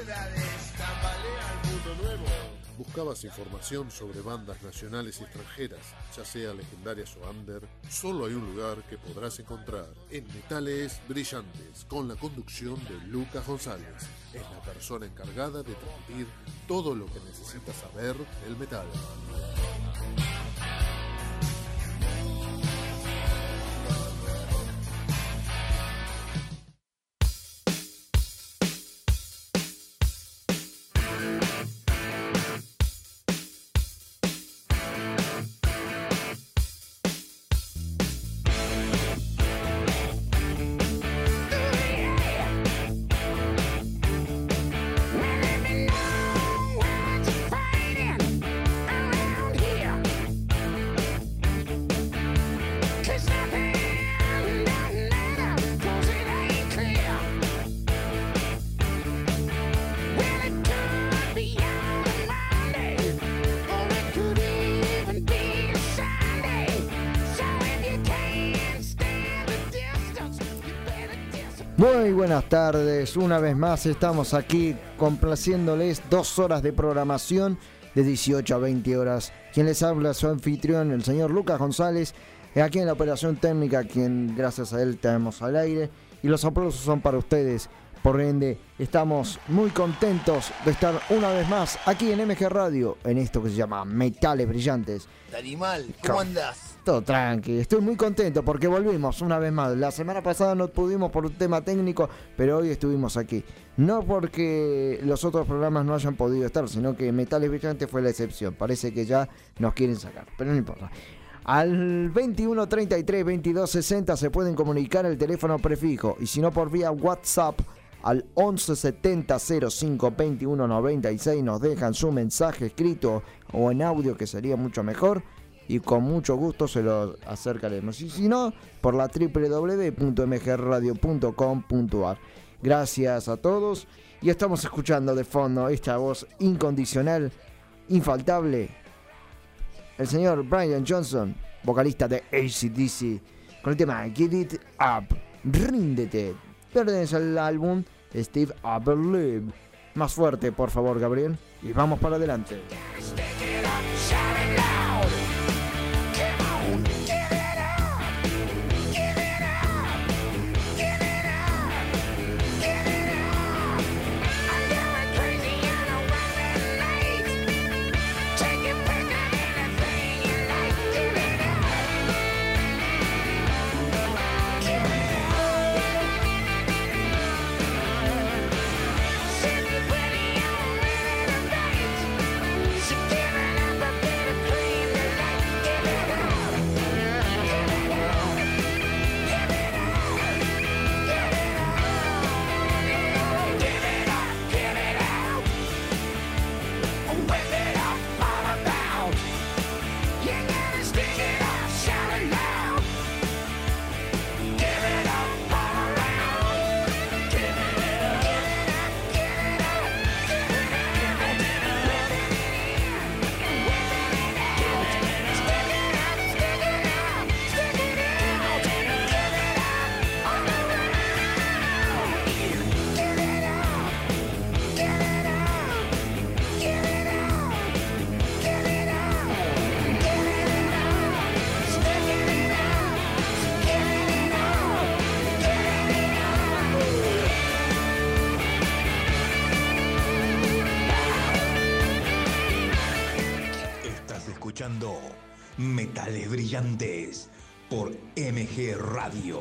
novedades, tambalea el mundo nuevo. ¿Buscabas información sobre bandas nacionales y extranjeras, ya sea legendarias o under? Solo hay un lugar que podrás encontrar: en Metales Brillantes, con la conducción de Lucas González. Es la persona encargada de transmitir todo lo que necesitas saber del metal. Muy buenas tardes, una vez más estamos aquí complaciéndoles 2 horas de programación de 18 a 20 horas. Quien les habla, su anfitrión, el señor Lucas González, aquí en la operación técnica, quien gracias a él tenemos al aire, y los aplausos son para ustedes. Por ende, estamos muy contentos de estar una vez más aquí en MG Radio, en esto que se llama Metales Brillantes. Animal, ¿cómo andás? Todo tranqui, estoy muy contento porque volvimos una vez más. La semana pasada no pudimos por un tema técnico, pero hoy estuvimos aquí. No porque los otros programas no hayan podido estar, sino que Metales Brillantes fue la excepción. Parece que ya nos quieren sacar, pero no importa. Al 21 33 22 60 se pueden comunicar el teléfono prefijo, y si no por vía WhatsApp al 11 70 05 21 96 nos dejan su mensaje escrito o en audio, que sería mucho mejor, y con mucho gusto se lo acercaremos. Y si no, por la www.mgradio.com.ar. Gracias a todos, y estamos escuchando de fondo esta voz incondicional, infaltable, el señor Brian Johnson, vocalista de AC/DC, con el tema Get It Up, Ríndete. Pertenece al álbum Steve Up Live. Más fuerte, por favor, Gabriel, y vamos para adelante. Metales Brillantes por MG Radio.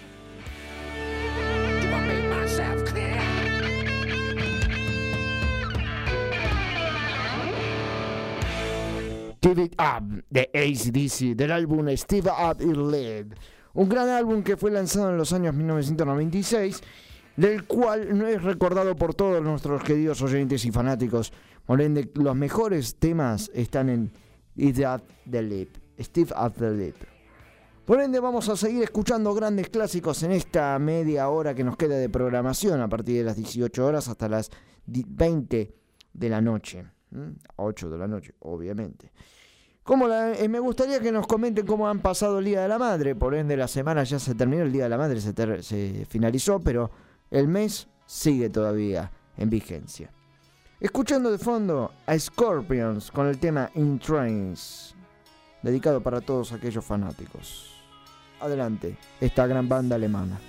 Give It Up de AC/DC, del álbum Steve Up and Live, un gran álbum que fue lanzado en los años 1996, del cual no es recordado por todos nuestros queridos oyentes y fanáticos. Por ende, los mejores temas están en Steve Up the Live, Steve Up the Live. Por ende, vamos a seguir escuchando grandes clásicos en esta media hora que nos queda de programación, a partir de las 18 horas hasta las 20 de la noche. 8 de la noche, obviamente. Me gustaría que nos comenten cómo han pasado el Día de la Madre. Por ende, la semana ya se terminó, el Día de la Madre se finalizó, pero el mes sigue todavía. en vigencia. Escuchando de fondo a Scorpions con el tema In Trains, dedicado para todos aquellos fanáticos. Adelante, esta gran banda alemana.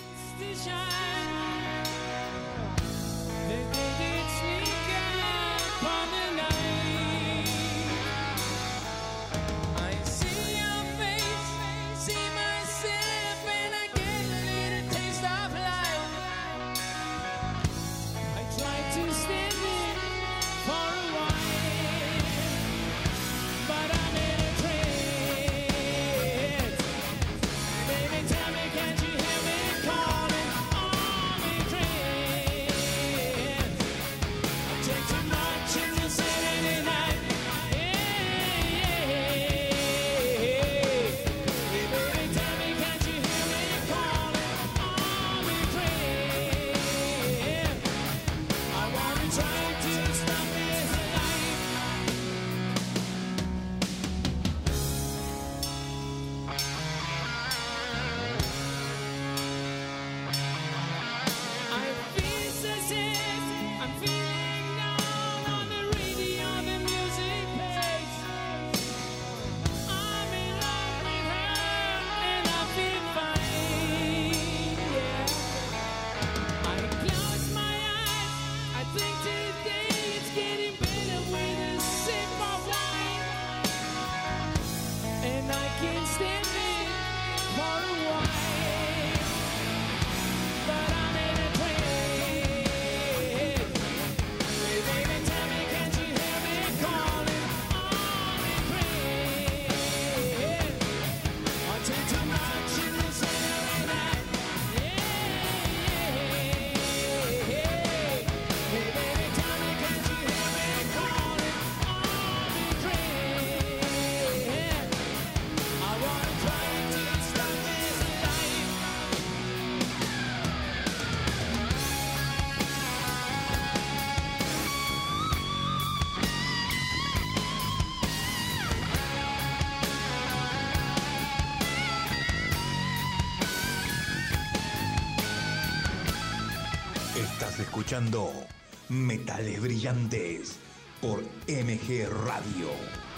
Estás escuchando Metales Brillantes por MG Radio.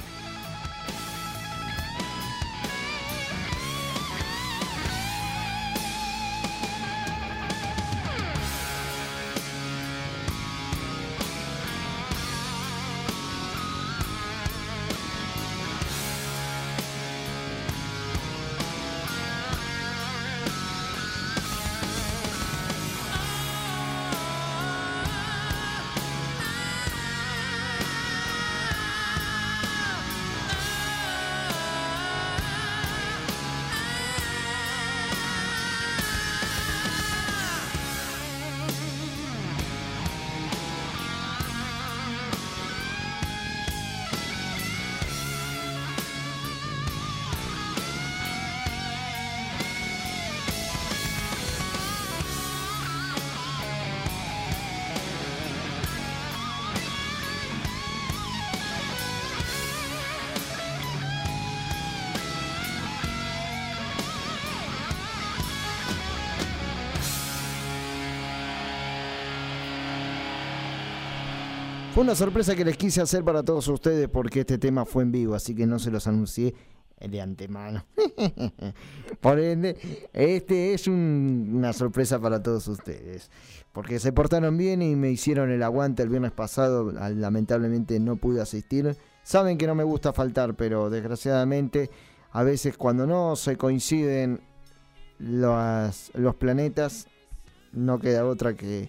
Fue una sorpresa que les quise hacer para todos ustedes porque este tema fue en vivo, así que no se los anuncié de antemano. Por ende, este es una sorpresa para todos ustedes, porque se portaron bien y me hicieron el aguante el viernes pasado. Lamentablemente no pude asistir. Saben que no me gusta faltar, pero desgraciadamente a veces cuando no se coinciden los planetas, no queda otra que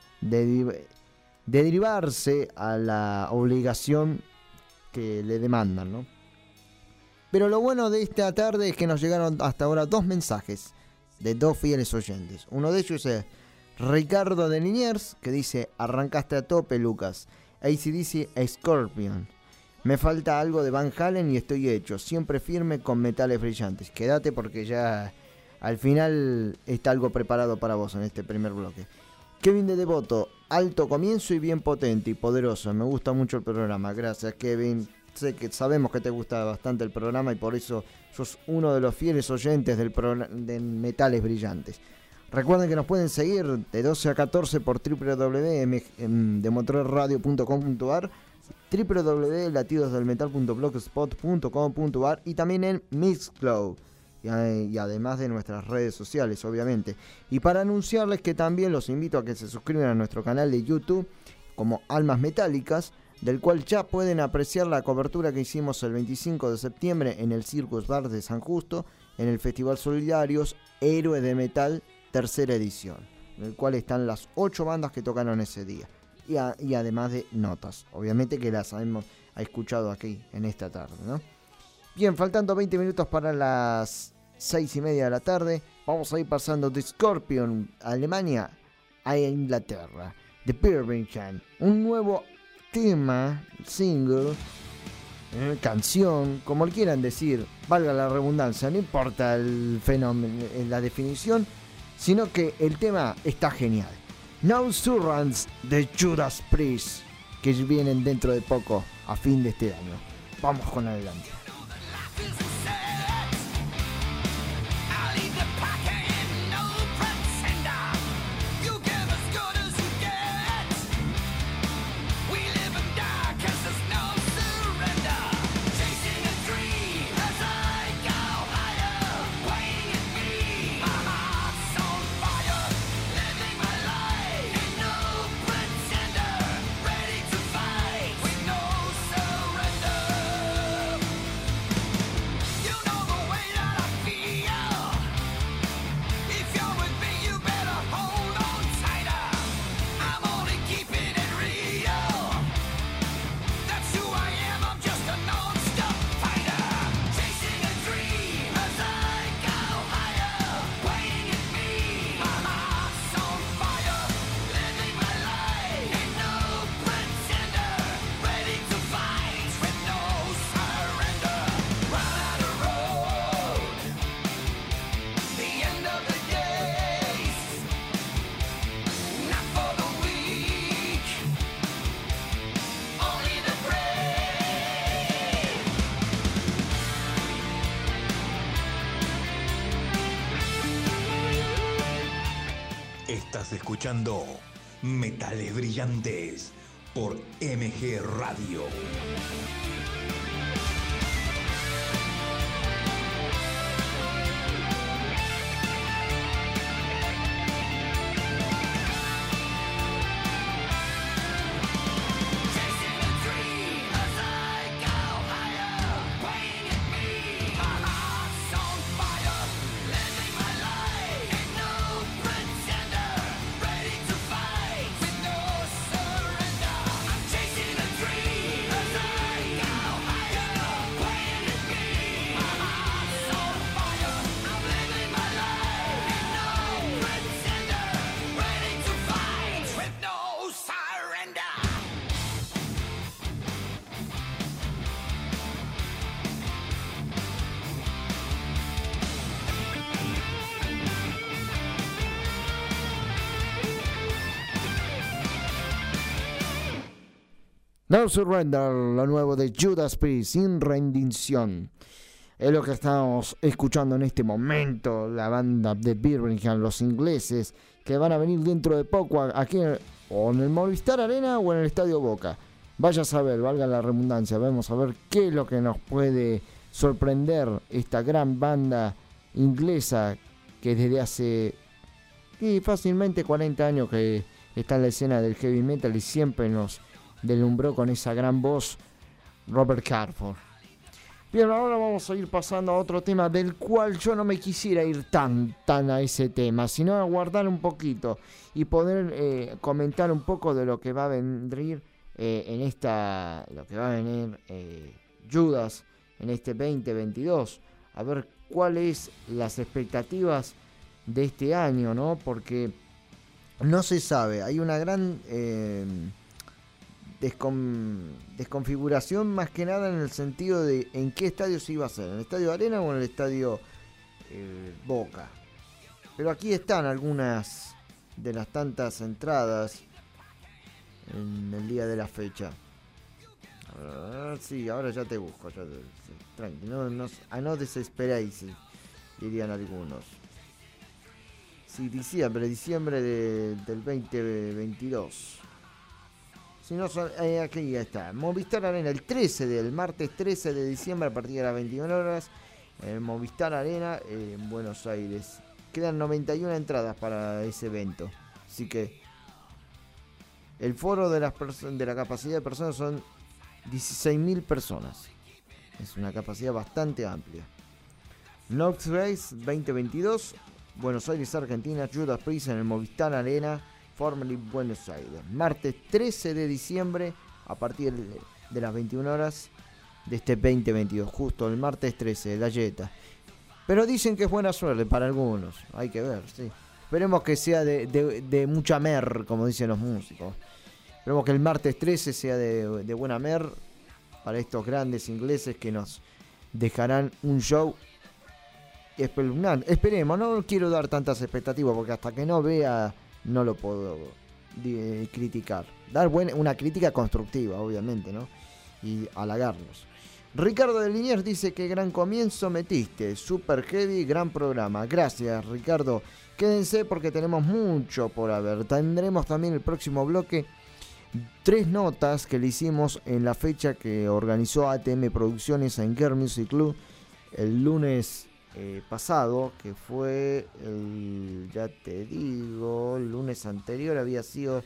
derivarse a la obligación que le demandan, ¿no? Pero lo bueno de esta tarde es que nos llegaron hasta ahora 2 mensajes de 2 fieles oyentes. Uno de ellos es Ricardo de Liniers, que dice: arrancaste a tope, Lucas. AC/DC Scorpion. Me falta algo de Van Halen y estoy hecho. Siempre firme con Metales Brillantes. Quédate porque ya al final está algo preparado para vos en este primer bloque. Kevin de Devoto, alto comienzo y bien potente y poderoso. Me gusta mucho el programa. Gracias, Kevin. Sé que sabemos que te gusta bastante el programa y por eso sos uno de los fieles oyentes de Metales Brillantes. Recuerden que nos pueden seguir de 12 a 14 por www.demotorradio.com.ar, www.latidosdelmetal.blogspot.com.ar y también en Mixcloud. Y además de nuestras redes sociales, obviamente. Y para anunciarles que también los invito a que se suscriban a nuestro canal de YouTube como Almas Metálicas, del cual ya pueden apreciar la cobertura que hicimos el 25 de septiembre en el Circus Bar de San Justo, en el Festival Solidarios Héroes de Metal, tercera edición, en el cual están las 8 bandas que tocaron ese día. Y además de notas, obviamente que las hemos escuchado aquí en esta tarde, ¿no? Bien, faltando 20 minutos para las 6:30 de la tarde, vamos a ir pasando de Scorpion, Alemania, a Inglaterra, de Birmingham, un nuevo tema, single, canción, como le quieran decir, valga la redundancia, no importa el fenómeno, la definición, sino que el tema está genial. No Surrounds de Judas Priest, que vienen dentro de poco, a fin de este año. Vamos con adelante. Estás escuchando Metales Brillantes por MG Radio. No Surrender, lo nuevo de Judas Priest, sin rendición. Es lo que estamos escuchando en este momento, la banda de Birmingham, los ingleses, que van a venir dentro de poco aquí o en el Movistar Arena o en el Estadio Boca. Vaya a saber, valga la redundancia, vamos a ver qué es lo que nos puede sorprender esta gran banda inglesa que desde hace fácilmente 40 años que está en la escena del heavy metal y siempre nos deslumbró con esa gran voz, Robert Carford. Bien, ahora vamos a ir pasando a otro tema del cual yo no me quisiera ir tan a ese tema, sino a guardar un poquito y poder comentar un poco de lo que va a venir lo que va a venir Judas en este 2022, a ver cuáles las expectativas de este año, ¿no? Porque no se sabe, hay una gran desconfiguración más que nada en el sentido de en qué estadio se iba a hacer, en el estadio Arena o en el estadio Boca. Pero aquí están algunas de las tantas entradas en el día de la fecha. Sí, ahora ya te busco, tranqui, no desesperéis, dirían algunos. Sí, diciembre del 2022. Si no, aquí ya está. Movistar Arena el martes 13 de diciembre a partir de las 21 horas. Movistar Arena en Buenos Aires. Quedan 91 entradas para ese evento. Así que el foro de la capacidad de personas son 16.000 personas. Es una capacidad bastante amplia. North Race 2022, Buenos Aires, Argentina, Judas Priest en el Movistar Arena, formerly Buenos Aires. Martes 13 de diciembre a partir de las 21 horas de este 2022. Justo el martes 13, la Jetta. Pero dicen que es buena suerte para algunos. Hay que ver, sí. Esperemos que sea de mucha mer, como dicen los músicos. Esperemos que el martes 13 sea de buena mer para estos grandes ingleses que nos dejarán un show espeluznante. Esperemos, no quiero dar tantas expectativas porque hasta que no vea no lo puedo criticar. Dar una crítica constructiva, obviamente, ¿no? Y halagarlos. Ricardo de Liniers dice que gran comienzo metiste, super heavy, gran programa. Gracias, Ricardo. Quédense porque tenemos mucho por haber. Tendremos también el próximo bloque 3 notas que le hicimos en la fecha que organizó ATM Producciones en Girl Music Club el lunes pasado, que fue el lunes anterior había sido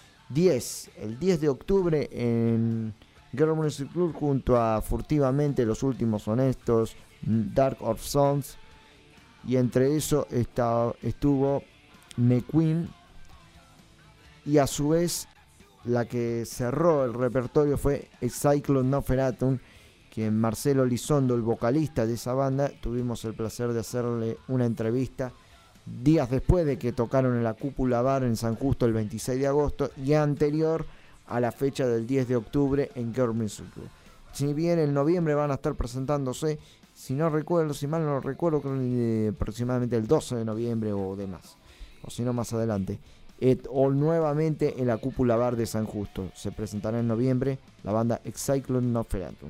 el 10 de octubre en Girl Music Club junto a Furtivamente, Los Últimos Honestos, Dark of Sons, y entre eso estuvo McQueen, y a su vez la que cerró el repertorio fue Cyclone Nosferatu, quien Marcelo Lizondo, el vocalista de esa banda, tuvimos el placer de hacerle una entrevista días después de que tocaron en la Cúpula Bar en San Justo el 26 de agosto y anterior a la fecha del 10 de octubre en Girl Music Club. Si bien en noviembre van a estar presentándose, si mal no recuerdo, creo que aproximadamente el 12 de noviembre o demás, o si no más adelante. O nuevamente en la Cúpula Bar de San Justo. Se presentará en noviembre la banda Cyclone Nosferatu,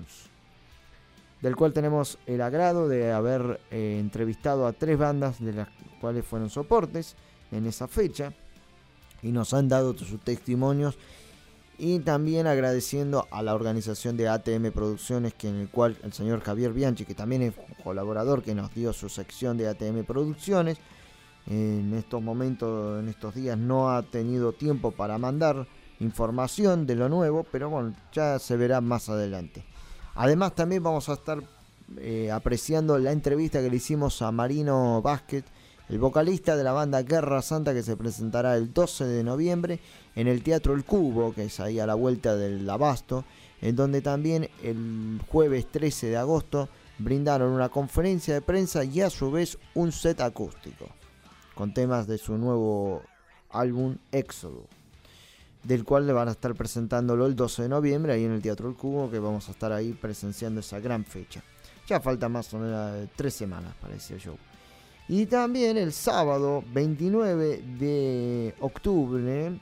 del cual tenemos el agrado de haber entrevistado a 3 bandas de las cuales fueron soportes en esa fecha y nos han dado sus testimonios, y también agradeciendo a la organización de ATM Producciones, que en el cual el señor Javier Bianchi, que también es colaborador, que nos dio su sección de ATM Producciones. En estos momentos, en estos días, no ha tenido tiempo para mandar información de lo nuevo, pero bueno, ya se verá más adelante. Además, también vamos a estar apreciando la entrevista que le hicimos a Marino Vázquez, el vocalista de la banda Guerra Santa, que se presentará el 12 de noviembre en el Teatro El Cubo, que es ahí a la vuelta del Abasto, en donde también el jueves 13 de agosto brindaron una conferencia de prensa y a su vez un set acústico con temas de su nuevo álbum Éxodo, del cual le van a estar presentándolo el 12 de noviembre ahí en el Teatro El Cubo, que vamos a estar ahí presenciando esa gran fecha. Ya falta más o menos 3 semanas para ese show. Y también el sábado 29 de octubre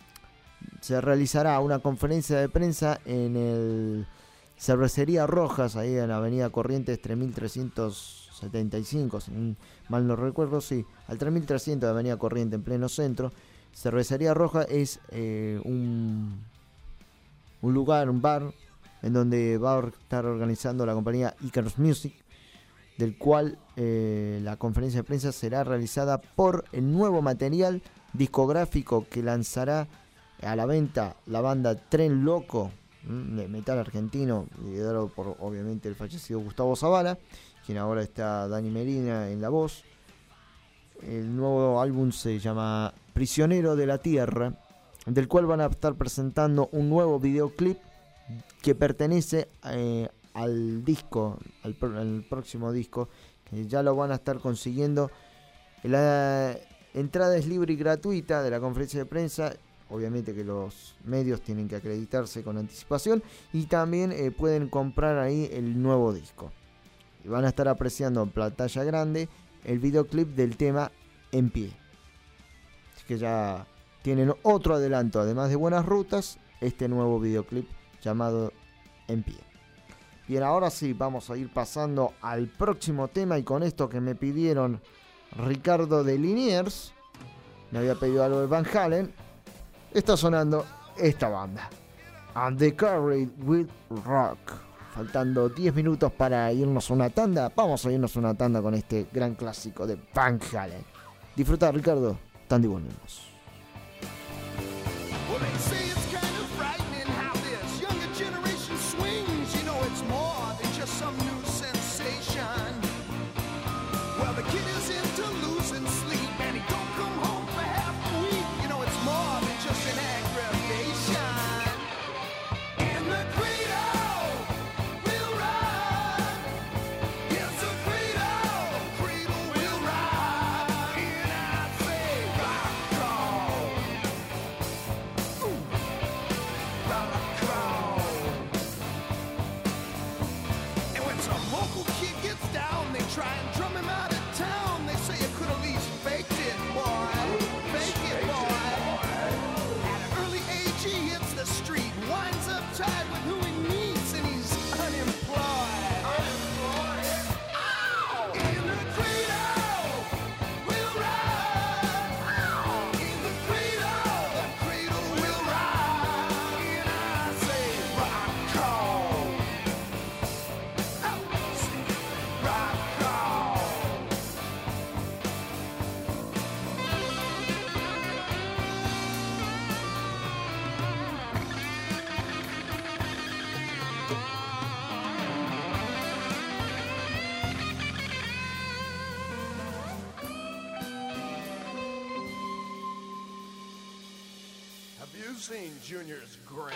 se realizará una conferencia de prensa en el Cervecería Rojas, ahí en la Avenida Corrientes 3375, si mal no recuerdo, sí, al 3300 de Avenida Corrientes en pleno centro. Cervecería Rojas es un lugar, un bar, en donde va a estar organizando la compañía Icarus Music, del cual la conferencia de prensa será realizada por el nuevo material discográfico que lanzará a la venta la banda Tren Loco, de metal argentino, liderado por obviamente el fallecido Gustavo Zavala, quien ahora está Dani Medina en la voz. El nuevo álbum se llama Prisionero de la Tierra, del cual van a estar presentando un nuevo videoclip que pertenece al disco, al próximo disco, que ya lo van a estar consiguiendo. La entrada es libre y gratuita de la conferencia de prensa. Obviamente que los medios tienen que acreditarse con anticipación, y también pueden comprar ahí el nuevo disco. Y van a estar apreciando en pantalla grande el videoclip del tema En Pie. Así que ya tienen otro adelanto, además de Buenas Rutas, este nuevo videoclip llamado En Pie. Bien, ahora sí, vamos a ir pasando al próximo tema, y con esto que me pidieron Ricardo de Liniers, me había pedido algo de Van Halen, está sonando esta banda. And the Carried Will Rock. Faltando 10 minutos para irnos a una tanda. Vamos a irnos a una tanda con este gran clásico de Van Halen. Disfruta, Ricardo. Tanda y volvemos. Seen Junior's grades.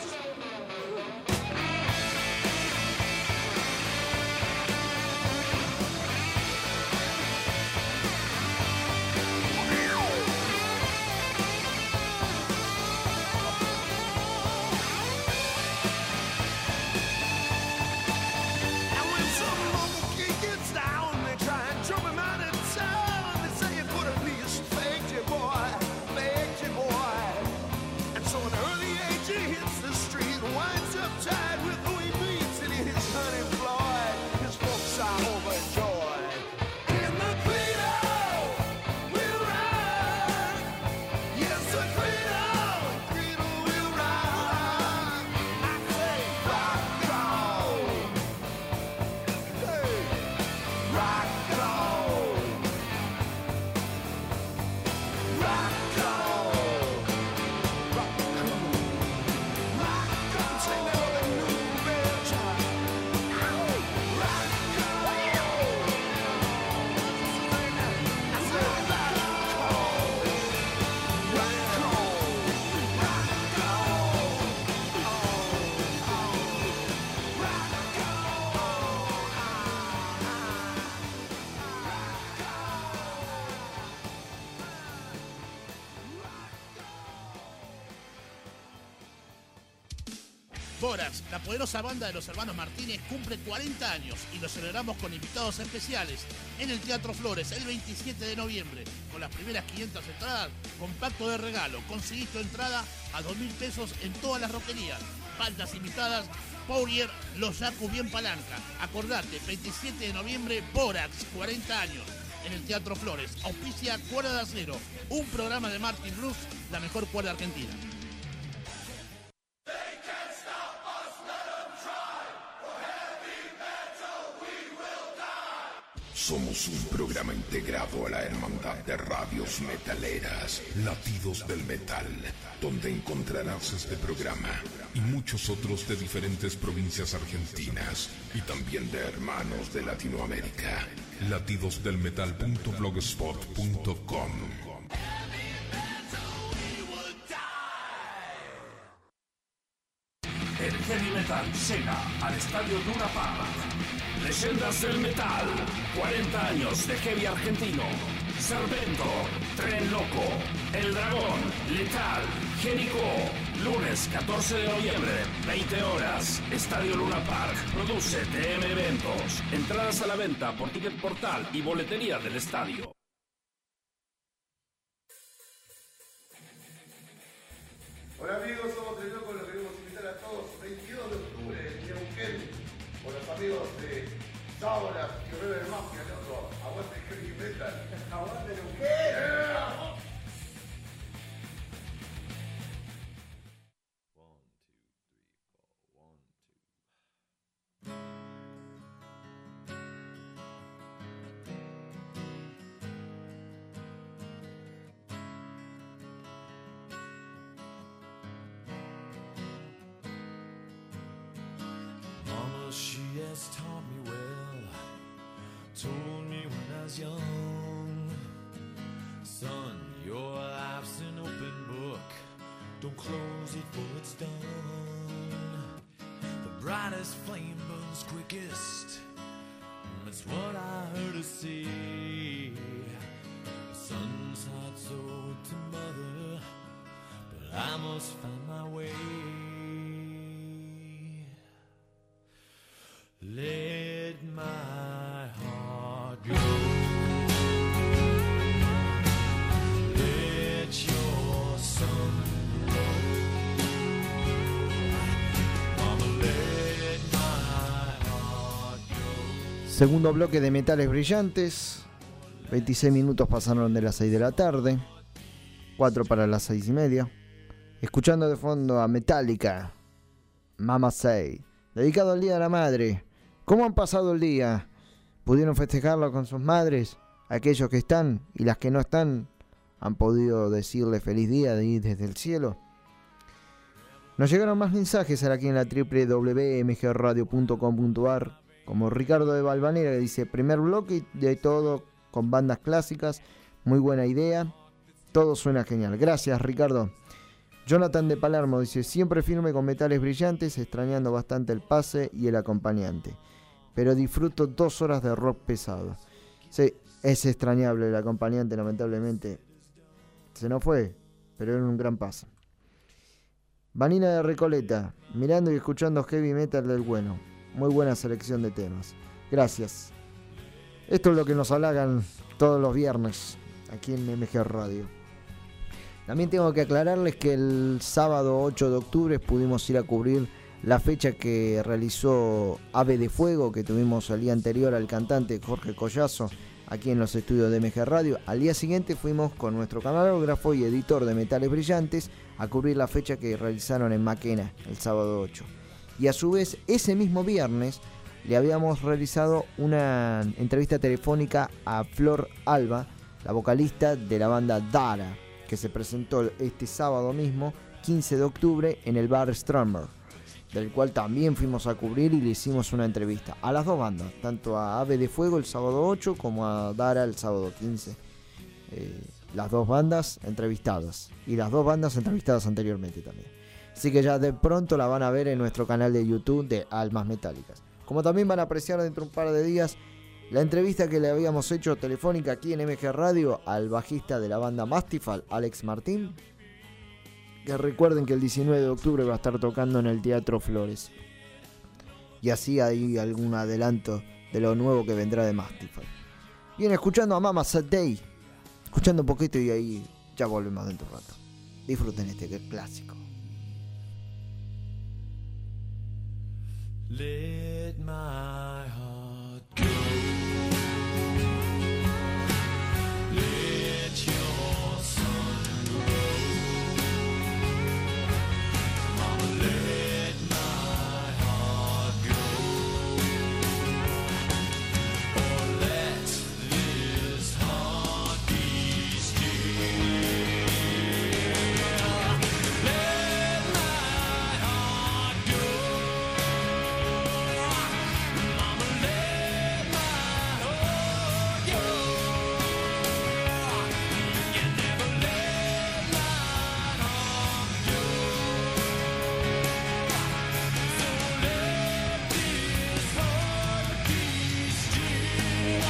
Borax, la poderosa banda de los hermanos Martínez, cumple 40 años y lo celebramos con invitados especiales en el Teatro Flores el 27 de noviembre. Con las primeras 500 entradas, con pacto de regalo. Conseguís tu entrada a 2.000 pesos en todas las roquerías. Bandas invitadas, Pourier, Los Yacu, Bien Palanca. Acordate, 27 de noviembre, Borax, 40 años. En el Teatro Flores, auspicia Cuerda de Acero, un programa de Martin Blues, la mejor cuerda argentina. Somos un programa integrado a la Hermandad de Radios Metaleras, Latidos del Metal, donde encontrarás este programa y muchos otros de diferentes provincias argentinas y también de hermanos de Latinoamérica. Latidosdelmetal.blogspot.com. El heavy metal llega al Estadio Luna Park. Leyendas del metal, 40 años de heavy argentino. Servento, Tren Loco, El Dragón, Letal, Génico. Lunes 14 de noviembre, 20 horas. Estadio Luna Park. Produce TM Eventos. Entradas a la venta por Ticket Portal y boletería del estadio. Hola amigos, somos Tren Loco, los queremos invitar a todos 22 de octubre en Neuquén con los amigos de Sábolas y River Mafia, loco. Aguante el heavy metal. Aguante Neuquén. once taught me well, told me when I was young, son, your life's an open book, don't close it for it's done. The brightest flame burns quickest, that's what I heard her say. The son's heart sold to mother, but I must find my way. Let my heart go. Let your sun blow. Mama, let my heart go. Segundo bloque de Metales Brillantes. 26 minutos pasaron de las 6 de la tarde. 4 para las 6:30. Escuchando de fondo a Metallica, Mama Say, dedicado al Día de la Madre. ¿Cómo han pasado el día? ¿Pudieron festejarlo con sus madres? Aquellos que están y las que no están han podido decirle feliz día de ahí desde el cielo. Nos llegaron más mensajes aquí en la www.mgradio.com.ar, como Ricardo de Valvanera, que dice: primer bloque de todo con bandas clásicas, muy buena idea, todo suena genial. Gracias, Ricardo. Jonathan de Palermo dice: siempre firme con Metales Brillantes, extrañando bastante el pase y el acompañante, pero disfruto 2 horas de rock pesado. Sí, es extrañable el acompañante, lamentablemente se nos fue, pero era un gran pase. Vanina de Recoleta, mirando y escuchando heavy metal del bueno, muy buena selección de temas. Gracias. Esto es lo que nos halagan todos los viernes aquí en MG Radio. También tengo que aclararles que el sábado 8 de octubre pudimos ir a cubrir la fecha que realizó Ave de Fuego, que tuvimos el día anterior al cantante Jorge Collazo aquí en los estudios de MG Radio. Al día siguiente fuimos con nuestro camarógrafo y editor de Metales Brillantes a cubrir la fecha que realizaron en Maquena el sábado 8. Y a su vez, ese mismo viernes le habíamos realizado una entrevista telefónica a Flor Alba, la vocalista de la banda Dara, que se presentó este sábado mismo, 15 de octubre, en el bar Strummer, del cual también fuimos a cubrir y le hicimos una entrevista a las dos bandas, tanto a Ave de Fuego el sábado 8 como a Dara el sábado 15. Las dos bandas entrevistadas, y las dos bandas entrevistadas anteriormente también. Así que ya de pronto la van a ver en nuestro canal de YouTube de Almas Metálicas. Como también van a apreciar dentro de un par de días la entrevista que le habíamos hecho telefónica aquí en MG Radio al bajista de la banda Mastifal, Alex Martín, que recuerden que el 19 de octubre va a estar tocando en el Teatro Flores. Y así hay algún adelanto de lo nuevo que vendrá de Mastifal. Bien, escuchando a Mama Sad Day, escuchando un poquito y ahí ya volvemos dentro de un rato. Disfruten este clásico. Let my heart go. Let your sun grow. Mama, let my heart go. Or let this heart be still. Let my heart go. Mama, let my heart go. You never let my heart go. So let this heart be still.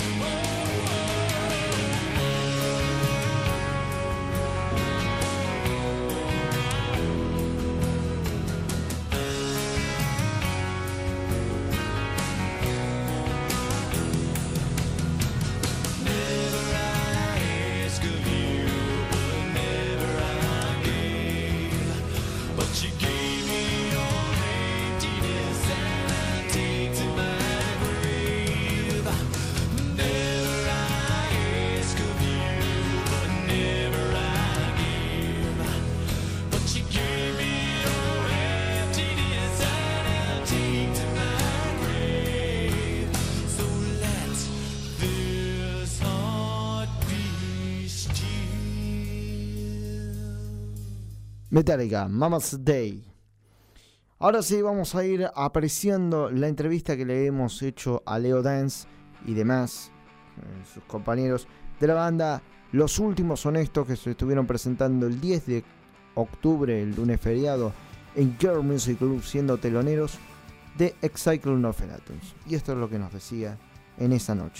Never I ask of you, but never I gave. But you gave me your emptiness, and I take to my grave. Never I ask of you, but never I gave. But you gave me your emptiness, and I take to my grave. So let this heart be still. Metallica, Mama's Day. Ahora sí vamos a ir apreciando la entrevista que le hemos hecho a Leo Dance y demás, sus compañeros de la banda Los Últimos Honestos, que se estuvieron presentando el 10 de octubre, el lunes feriado, en Girl Music Club, siendo teloneros de Excycle No Fenatons. Y esto es lo que nos decía en esa noche.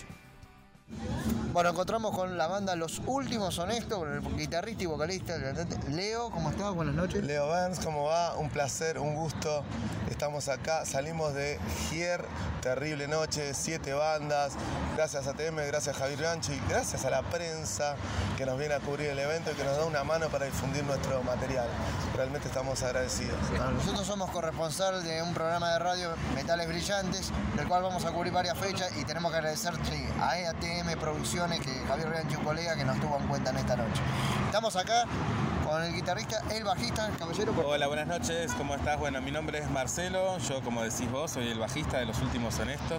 Bueno, encontramos con la banda Los Últimos Honestos, con el guitarrista y vocalista Leo. ¿Cómo estás? Buenas noches. Leo Burns, ¿cómo va? Un placer, un gusto. Estamos acá, salimos de Gier, terrible noche, 7 bandas. Gracias a ATM, gracias a Javier Bianchi, gracias a la prensa que nos viene a cubrir el evento y que nos da una mano para difundir nuestro material. Realmente estamos agradecidos. Bueno, nosotros somos corresponsal de un programa de radio, Metales Brillantes, del cual vamos a cubrir varias fechas y tenemos que agradecer a ATM Producciones, que Javier Bianchi, un colega, que nos tuvo en cuenta en esta noche. Estamos acá con el guitarrista, el bajista, el caballero. Hola, buenas noches, ¿cómo estás? Bueno, mi nombre es Marcelo, yo, como decís vos, soy el bajista de Los Últimos Honestos.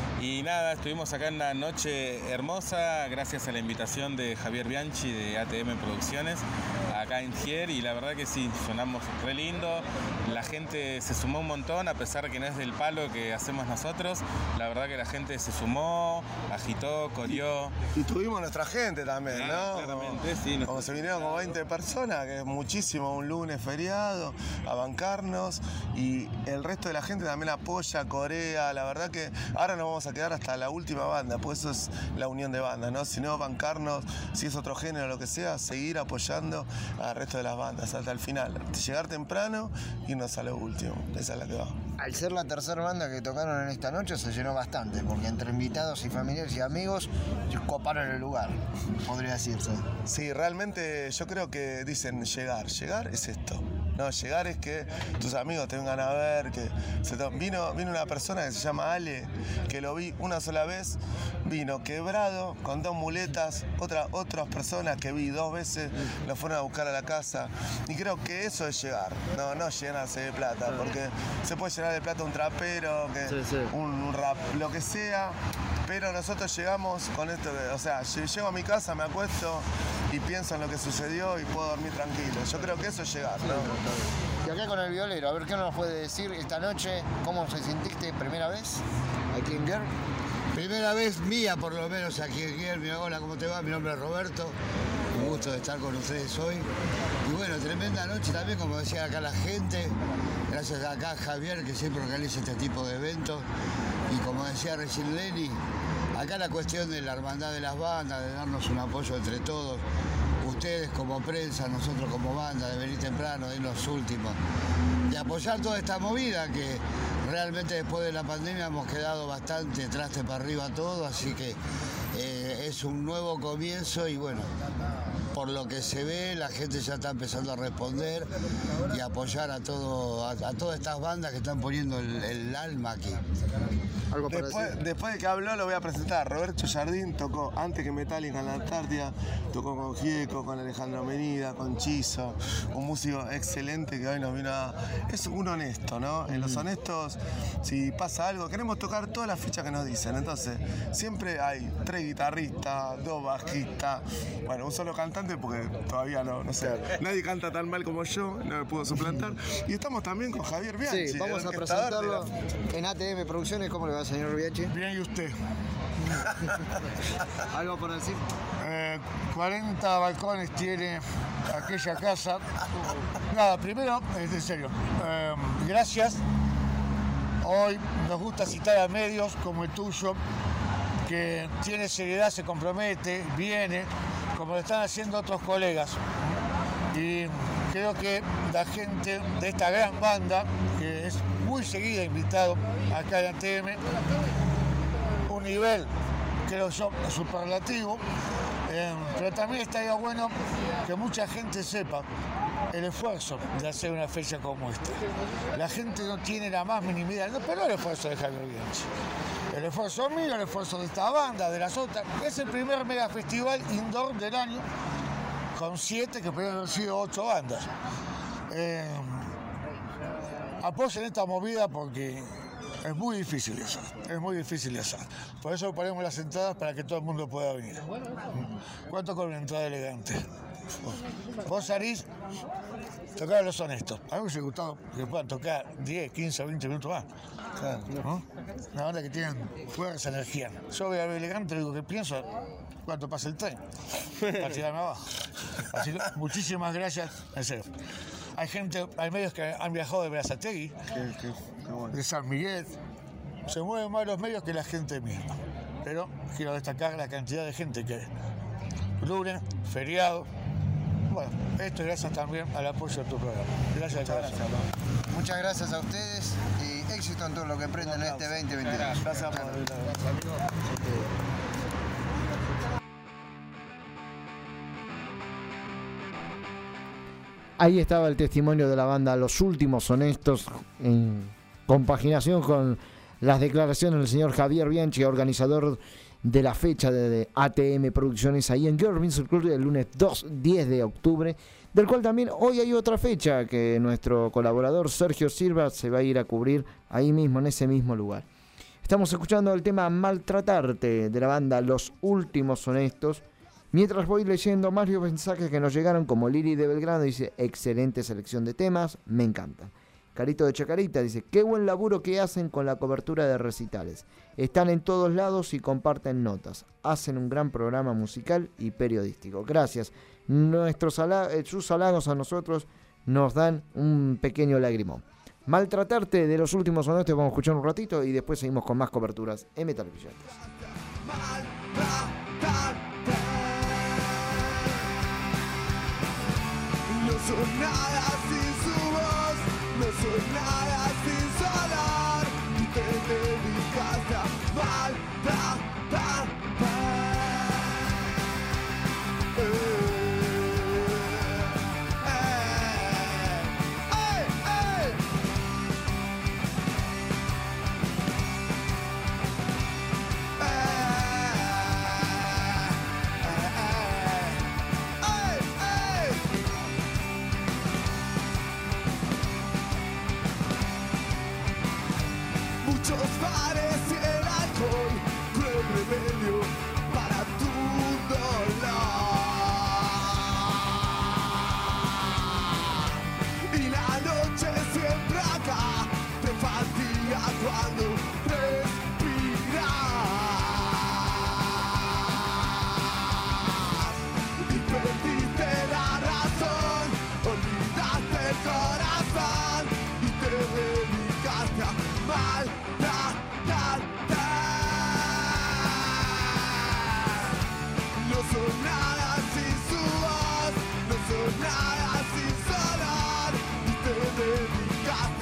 Y nada, estuvimos acá en una noche hermosa, gracias a la invitación de Javier Bianchi de ATM Producciones, acá en Gier, y la verdad que sí, sonamos re lindo, la gente se sumó un montón, a pesar de que no es del palo que hacemos nosotros, la verdad que la gente se sumó, agitó, coreó. Y tuvimos nuestra gente también, claro, ¿no? Claramente, sí. Como se vinieron como 20 personas, que es muchísimo, un lunes feriado, a bancarnos, y el resto de la gente también apoya, corea, la verdad que ahora nos vamos a quedar hasta la última banda, pues eso es la unión de bandas, ¿no? Si no, bancarnos, si es otro género, lo que sea, seguir apoyando al resto de las bandas hasta el final. Llegar temprano y irnos a lo último. Esa es la que va. Al ser la tercera banda que tocaron en esta noche, se llenó bastante, porque entre invitados y familiares y amigos coparon el lugar, podría decirse. Sí, realmente yo creo que dicen llegar. Llegar es esto. No, llegar es que tus amigos te vengan a ver, que vino una persona que se llama Ale, que lo vi una sola vez, vino quebrado, con 2 muletas, otras personas que vi 2 veces, lo fueron a buscar a la casa, y creo que eso es llegar, no llenarse de plata, porque se puede llenar de plata un trapero, un rap, lo que sea, pero nosotros llegamos con esto, o sea, llego a mi casa, me acuesto y pienso en lo que sucedió y puedo dormir tranquilo. Yo creo que eso es llegar, ¿no? Y acá con el violero, a ver qué nos puede decir esta noche, cómo se sentiste primera vez aquí en Gier. Primera vez mía, por lo menos, aquí en Gier. Hola, ¿cómo te va? Mi nombre es Roberto. Un gusto de estar con ustedes hoy. Y bueno, tremenda noche también, como decía acá la gente. Gracias a acá Javier, que siempre organiza este tipo de eventos. Y como decía recién Lenny, acá la cuestión de la hermandad de las bandas, de darnos un apoyo entre todos. Ustedes como prensa, nosotros como banda, de venir temprano, de ir los últimos. Y apoyar toda esta movida que realmente después de la pandemia hemos quedado bastante traste para arriba todo, así que es un nuevo comienzo y bueno, por lo que se ve la gente ya está empezando a responder y a apoyar a todas estas bandas que están poniendo el alma aquí. Después de que habló lo voy a presentar. Roberto Jardín tocó antes que Metallica en la Antártida, tocó con Gieco, con Alejandro Menida, con Chizo, un músico excelente que hoy nos vino a... Es un honesto, ¿no? En los honestos, si pasa algo, queremos tocar todas las fichas que nos dicen, entonces siempre hay 3 guitarristas, 2 bajistas, bueno, un solo cantante porque todavía no sé, nadie canta tan mal como yo, no me pudo suplantar, y estamos también con Javier Bianchi. Sí, vamos a presentarlo en ATM Producciones. ¿Cómo le va, señor Bianchi? Bien, ¿y usted? ¿Algo por decir? 40 balcones tiene aquella casa. Nada, primero, en serio, gracias. Hoy nos gusta citar a medios como el tuyo, que tiene seriedad, se compromete, viene, como lo están haciendo otros colegas. Y creo que la gente de esta gran banda, que es muy seguida invitado acá en ATM, un nivel, creo yo, superlativo, pero también estaría bueno que mucha gente sepa el esfuerzo de hacer una fecha como esta. La gente no tiene la más mínima idea, no, pero el esfuerzo de Javier Bianchi. El esfuerzo mío, el esfuerzo de esta banda, de las otras. Es el primer mega festival indoor del año, con 7, que podrían haber sido 8 bandas. Apoyen esta movida porque Es muy difícil eso, es muy difícil eso. Por eso ponemos las entradas para que todo el mundo pueda venir. ¿Cuánto cobra una entrada elegante? Vos salís, tocar a Los Honestos. A mí me hubiese gustado que puedan tocar 10, 15, 20 minutos más. ¿No? Una banda que tienen fuerza, energía. Yo voy a ver elegante, digo que pienso cuánto pasa el tren para tirarme abajo. Así que muchísimas gracias, en serio. Hay medios que han viajado de Berazategui, de San Miguel. Se mueven más los medios que la gente misma. Pero quiero destacar la cantidad de gente que lunes, feriado. Bueno, esto gracias también al apoyo de tu programa. Gracias. Muchas gracias a ustedes y éxito en todo lo que emprenden en este 2022. Gracias por Ahí estaba el testimonio de la banda Los Últimos Honestos, en compaginación con las declaraciones del señor Javier Bianchi, organizador de la fecha de ATM Producciones ahí en Girls Music Club el lunes 10 de octubre, del cual también hoy hay otra fecha que nuestro colaborador Sergio Silva se va a ir a cubrir ahí mismo, en ese mismo lugar. Estamos escuchando el tema Maltratarte de la banda Los Últimos Honestos. Mientras voy leyendo varios mensajes que nos llegaron, como Lili de Belgrano dice, excelente selección de temas, me encanta. Carito de Chacarita dice, qué buen laburo que hacen con la cobertura de recitales. Están en todos lados y comparten notas. Hacen un gran programa musical y periodístico. Gracias. Sus halagos a nosotros nos dan un pequeño lagrimón. Maltratarte de Los Últimos Honestos, vamos a escuchar un ratito y después seguimos con más coberturas en Metal Brillantes. No soy nada sin su voz, no soy nada sin su olor, y te dedicaste a maltratarme. Muchos bares y el alcohol, cruel remedio para tu dolor. Y la noche siempre acá te fatiga cuando respiras. Y perdiste la razón, olvidaste el corazón y te dedicaste a mal. No soy nada sin su voz, no soy nada sin su olor, y te dedicaste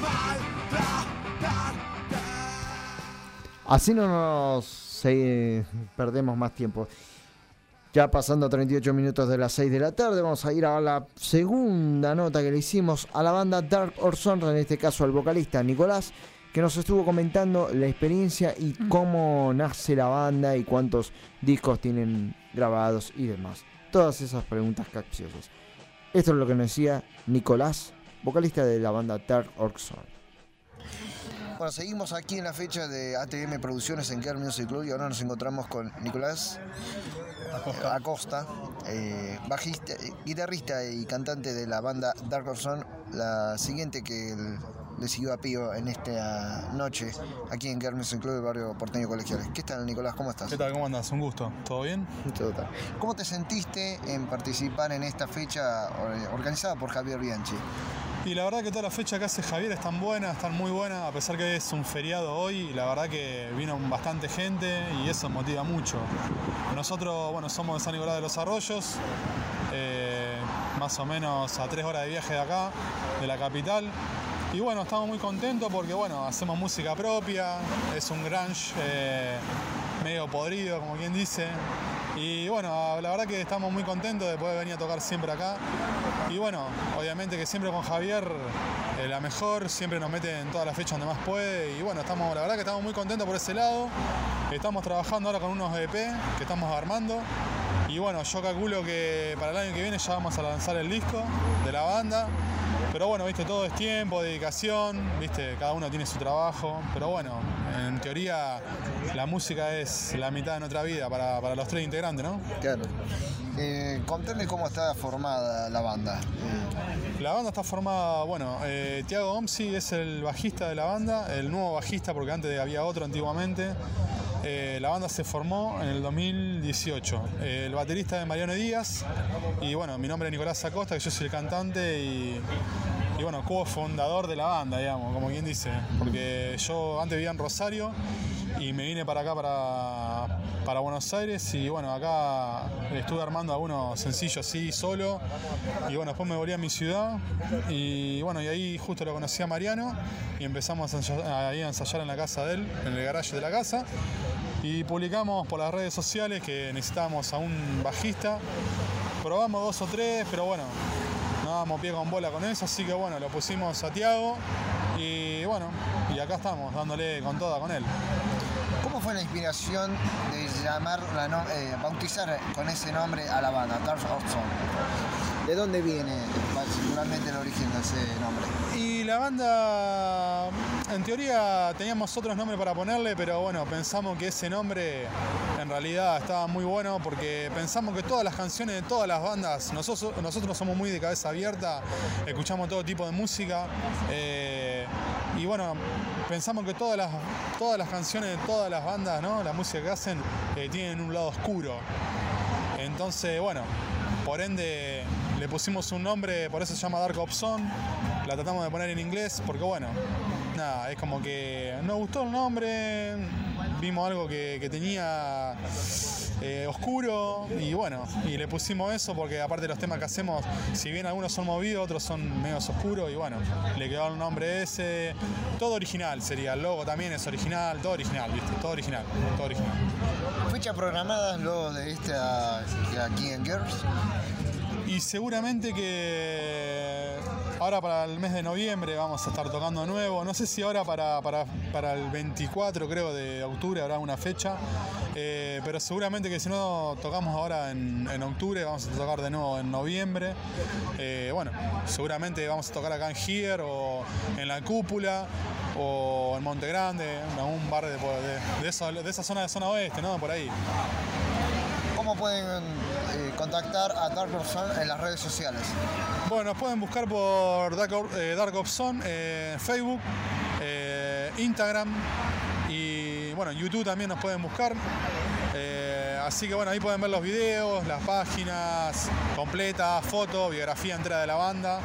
a maltratarte. Así no nos perdemos más tiempo. Ya pasando 38 minutos de las 6 de la tarde, vamos a ir a la segunda nota que le hicimos a la banda Dark Orson, en este caso al vocalista Nicolás, que nos estuvo comentando la experiencia y cómo nace la banda y cuántos discos tienen grabados y demás. Todas esas preguntas capciosas. Esto es lo que nos decía Nicolás, vocalista de la banda Dark Orson. Bueno, seguimos aquí en la fecha de ATM Producciones en Girls Music Club y ahora nos encontramos con Nicolás Acosta, bajista, guitarrista y cantante de la banda Dark Orson, la siguiente que le siguió a Pío en esta noche aquí en Girls Music Club del barrio porteño Colegiales. ¿Qué tal, Nicolás? ¿Cómo estás? ¿Qué tal? ¿Cómo andas? Un gusto. ¿Todo bien? Todo tal. ¿Cómo te sentiste en participar en esta fecha organizada por Javier Bianchi? Y la verdad que toda la fecha que hace Javier están buenas, están muy buenas, a pesar que es un feriado hoy, y la verdad que vino bastante gente y eso motiva mucho. Nosotros, bueno, somos de San Nicolás de los Arroyos, más o menos a 3 horas de viaje de acá, de la capital. Y bueno, estamos muy contentos porque bueno, hacemos música propia, es un grunge medio podrido, como quien dice. Y bueno, la verdad que estamos muy contentos de poder venir a tocar siempre acá. Y bueno, obviamente que siempre con Javier, la mejor, siempre nos mete en todas las fechas donde más puede. Y bueno, la verdad que estamos muy contentos por ese lado. Estamos trabajando ahora con unos EP que estamos armando. Y bueno, yo calculo que para el año que viene ya vamos a lanzar el disco de la banda. Pero bueno, viste, todo es tiempo, dedicación, viste, cada uno tiene su trabajo. Pero bueno, en teoría la música es la mitad de nuestra vida para los 3 integrantes, ¿no? Claro. Contame cómo está formada la banda. La banda está formada, bueno, Tiago Omsi es el bajista de la banda, el nuevo bajista porque antes había otro antiguamente. La banda se formó en el 2018. El baterista es Mariano Díaz y bueno, mi nombre es Nicolás Acosta, que yo soy el cantante y bueno, cofundador de la banda, digamos, como quien dice. Porque yo antes vivía en Rosario y me vine para acá, para Buenos Aires y bueno, acá estuve armando algunos sencillos así, solo. Y bueno, después me volví a mi ciudad y bueno, y ahí justo lo conocí a Mariano y empezamos a ensayar en la casa de él, en el garaje de la casa. Y publicamos por las redes sociales que necesitábamos a un bajista. Probamos 2 o 3, pero bueno, no damos pie con bola con eso, así que bueno, lo pusimos a Tiago y bueno, y acá estamos dándole con toda con él. ¿Cómo fue la inspiración de bautizar con ese nombre a la banda, Dark Orson? ¿De dónde viene particularmente el origen de ese nombre? Y la banda, en teoría teníamos otros nombres para ponerle, pero bueno, pensamos que ese nombre en realidad estaba muy bueno porque pensamos que todas las canciones de todas las bandas, nosotros somos muy de cabeza abierta, escuchamos todo tipo de música y bueno, pensamos que todas las canciones de todas las bandas, ¿no? La música que hacen tienen un lado oscuro. Entonces, bueno, por ende le pusimos un nombre, por eso se llama Dark Opson. La tratamos de poner en inglés porque bueno, nada, es como que nos gustó el nombre, vimos algo que tenía oscuro y bueno, y le pusimos eso porque aparte de los temas que hacemos, si bien algunos son movidos, otros son medios oscuros y bueno, le quedó el nombre ese, todo original sería, el logo también es original, todo original, ¿viste? Todo original. ¿Fecha programada luego de aquí en Girls? Y seguramente que ahora para el mes de noviembre vamos a estar tocando de nuevo. No sé si ahora para el 24, creo, de octubre habrá una fecha. Pero seguramente que si no tocamos ahora en octubre, vamos a tocar de nuevo en noviembre. Bueno, seguramente vamos a tocar acá en Gier o en La Cúpula o en Monte Grande, en algún bar de esa zona oeste, ¿no? Por ahí. ¿Cómo pueden contactar a Dark Opson en las redes sociales? Bueno, nos pueden buscar por Dark Opson, Facebook, Instagram y bueno, en YouTube también nos pueden buscar. Así que bueno, ahí pueden ver los videos, las páginas completas, fotos, biografía entera de la banda.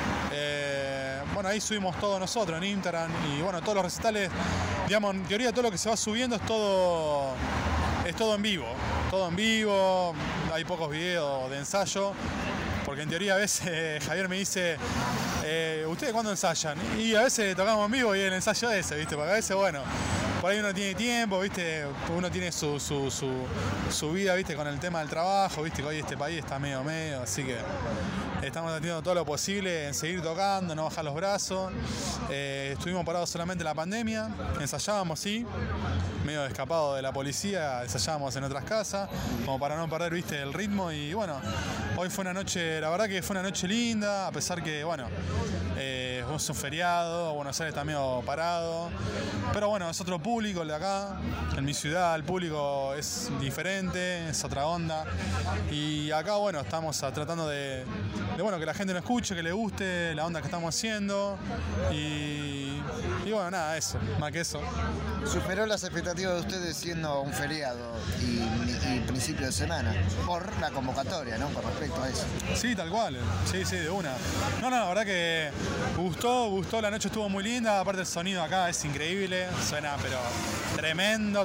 Bueno, ahí subimos todo nosotros en Instagram y bueno, todos los recitales, digamos, en teoría todo lo que se va subiendo es todo en vivo. Todo en vivo, hay pocos videos de ensayo, porque en teoría a veces Javier me dice, ¿ustedes cuándo ensayan? Y a veces tocamos en vivo y el ensayo ese, ¿viste? Porque a veces, bueno, por ahí uno tiene tiempo, ¿viste? Uno tiene su vida, ¿viste? Con el tema del trabajo, ¿viste? Que hoy este país está medio, así que estamos haciendo todo lo posible en seguir tocando, no bajar los brazos. Estuvimos parados solamente en la pandemia, ensayábamos, sí, medio escapado de la policía, ensayábamos en otras casas, como para no perder, ¿viste? El ritmo y bueno, hoy fue una noche, la verdad que fue una noche linda, a pesar que, bueno, es un feriado, Buenos Aires está medio parado, pero bueno, es otro público el de acá, en mi ciudad el público es diferente, es otra onda y acá, bueno, estamos tratando de bueno, que la gente nos escuche, que le guste la onda que estamos haciendo y bueno, nada, eso, más que eso. ¿Superó las expectativas de ustedes siendo un feriado y principio de semana? Por la convocatoria, ¿no? Con respecto a eso. Sí, tal cual. Sí, de una. No, la verdad que gustó, la noche estuvo muy linda, aparte el sonido acá es increíble, suena pero tremendo.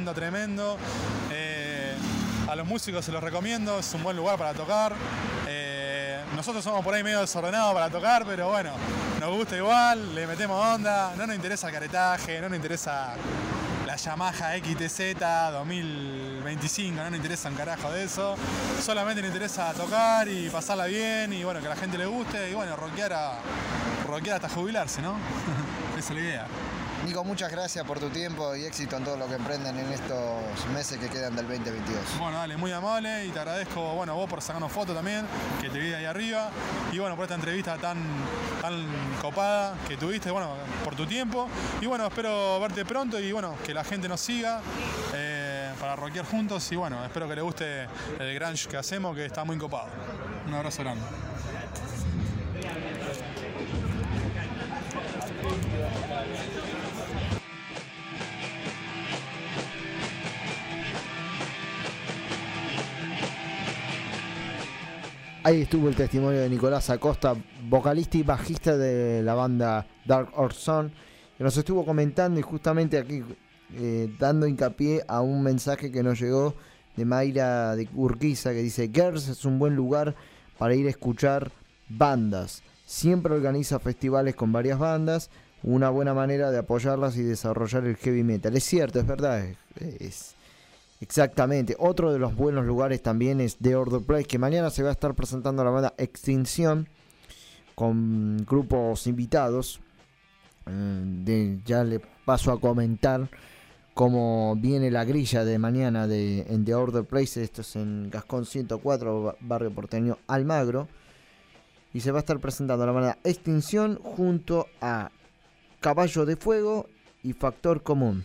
A los músicos se los recomiendo, es un buen lugar para tocar. Nosotros somos por ahí medio desordenados para tocar, pero bueno, nos gusta igual, le metemos onda, no nos interesa el caretaje, no nos interesa la Yamaha XTZ 2025, no nos interesa un carajo de eso, solamente nos interesa tocar y pasarla bien y bueno, que a la gente le guste y bueno, rockear hasta jubilarse, ¿no? Esa es la idea. Nico, muchas gracias por tu tiempo y éxito en todo lo que emprenden en estos meses que quedan del 2022. Bueno, dale, muy amable y te agradezco, bueno, vos por sacarnos fotos también, que te vi ahí arriba, y bueno, por esta entrevista tan copada que tuviste, bueno, por tu tiempo, y bueno, espero verte pronto y bueno, que la gente nos siga para rockear juntos y bueno, espero que les guste el grunge que hacemos, que está muy copado. Un abrazo grande. Ahí estuvo el testimonio de Nicolás Acosta, vocalista y bajista de la banda Dark Orson, que nos estuvo comentando y justamente aquí dando hincapié a un mensaje que nos llegó de Mayra de Urquiza, que dice: Gers es un buen lugar para ir a escuchar bandas. Siempre organiza festivales con varias bandas, una buena manera de apoyarlas y desarrollar el heavy metal. Es cierto, es verdad, es exactamente. Otro de los buenos lugares también es The Order Place, que mañana se va a estar presentando la banda Extinción con grupos invitados. Ya le paso a comentar cómo viene la grilla de mañana en The Order Place. Esto es en Gascón 104, barrio porteño Almagro. Y se va a estar presentando la banda Extinción junto a Caballo de Fuego y Factor Común.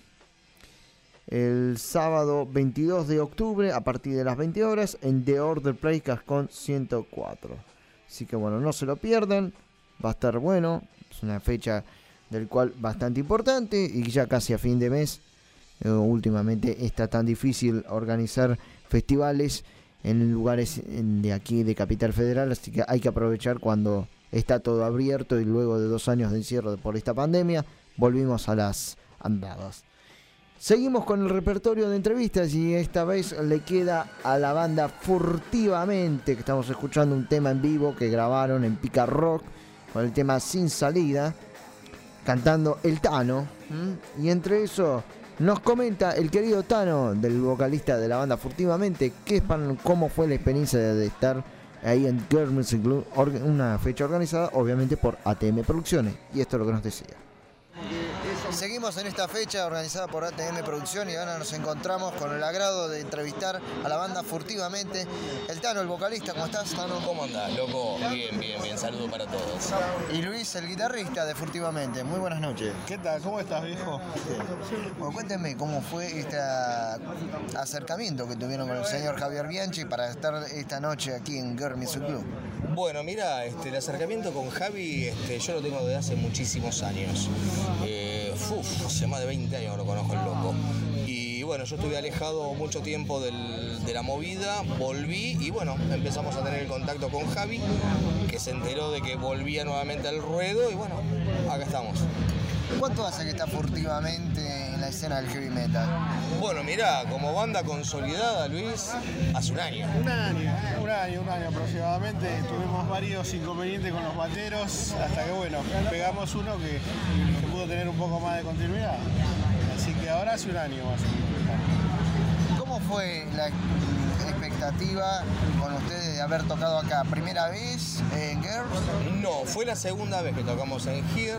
El sábado 22 de octubre a partir de las 20 horas en The Order Place Gascón 104. Así que bueno, no se lo pierdan, va a estar bueno, es una fecha del cual bastante importante y ya casi a fin de mes. Últimamente está tan difícil organizar festivales en lugares de aquí de Capital Federal, así que hay que aprovechar cuando está todo abierto y luego de 2 años de encierro por esta pandemia, volvimos a las andadas. Seguimos con el repertorio de entrevistas y esta vez le queda a la banda Furtivamente, que estamos escuchando un tema en vivo que grabaron en Pica Rock con el tema Sin Salida, cantando el Tano. Y entre eso nos comenta el querido Tano, del vocalista de la banda Furtivamente, cómo fue la experiencia de estar ahí en Girl Music Club, una fecha organizada obviamente por ATM Producciones, y esto es lo que nos decía. Seguimos en esta fecha organizada por ATM Producción y ahora nos encontramos con el agrado de entrevistar a la banda Furtivamente. El Tano, el vocalista, ¿cómo estás, Tano? ¿Cómo andás, loco? Bien. Saludo para todos. Y Luis, el guitarrista de Furtivamente. Muy buenas noches. ¿Qué tal? ¿Cómo estás, viejo? Bueno, cuéntenme cómo fue este acercamiento que tuvieron con el señor Javier Bianchi para estar esta noche aquí en Girl Music Club. Bueno, mira, el acercamiento con Javi yo lo tengo desde hace muchísimos años. Hace más de 20 años lo conozco el loco. Y bueno, yo estuve alejado mucho tiempo de la movida, volví y bueno, empezamos a tener el contacto con Javi, que se enteró de que volvía nuevamente al ruedo y bueno, acá estamos. ¿Cuánto hace que está Furtivamente en la escena del heavy metal? Bueno, mirá, como banda consolidada, Luis, hace un año. Un año aproximadamente. Tuvimos varios inconvenientes con los bateros, hasta que bueno, pegamos uno que pudo tener un poco más de continuidad. Así que ahora hace un año más. ¿Cómo fue la expectativa con ustedes de haber tocado acá? ¿Primera vez en Girls? No, fue la segunda vez que tocamos en Here.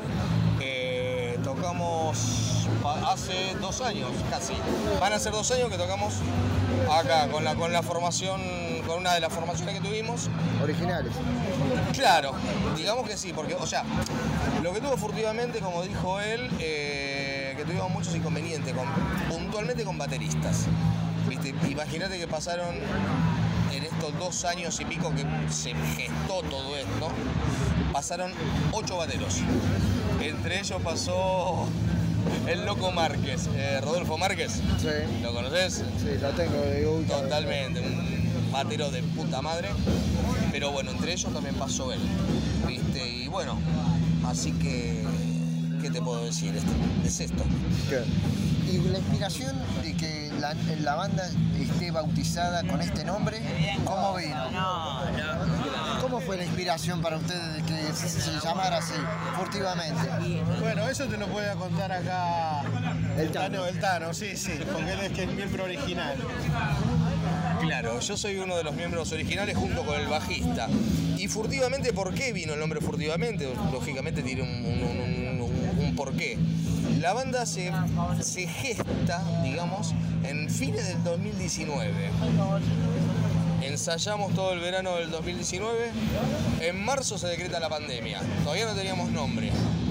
Tocamos hace 2 años, casi. Van a ser 2 años que tocamos acá con la formación, con una de las formaciones que tuvimos. ¿Originales? Claro, digamos que sí, porque, o sea, lo que tuvo Furtivamente, como dijo él, que tuvimos muchos inconvenientes, puntualmente con bateristas. ¿Viste? Imagínate que pasaron en estos 2 años y pico que se gestó todo esto, pasaron 8 bateros. Entre ellos pasó el loco Márquez, Rodolfo Márquez. Sí. ¿Lo conoces? Sí, lo tengo de totalmente, un batero de puta madre. Pero bueno, entre ellos también pasó él, ¿viste? Y bueno, así que, ¿qué te puedo decir? Es esto. ¿Qué? Y la inspiración de que la banda esté bautizada con este nombre, ¿cómo vino? ¿Cómo fue la inspiración para ustedes de que se llamara así, Furtivamente? Bueno, eso te lo puede contar acá el Tano, sí, porque él es que es miembro original. Claro, yo soy uno de los miembros originales junto con el bajista. Y Furtivamente, ¿por qué vino el nombre Furtivamente? Lógicamente tiene un un porqué. La banda se gesta, digamos, en fines del 2019. Ensayamos todo el verano del 2019. En marzo se decreta la pandemia. Todavía no teníamos nombre.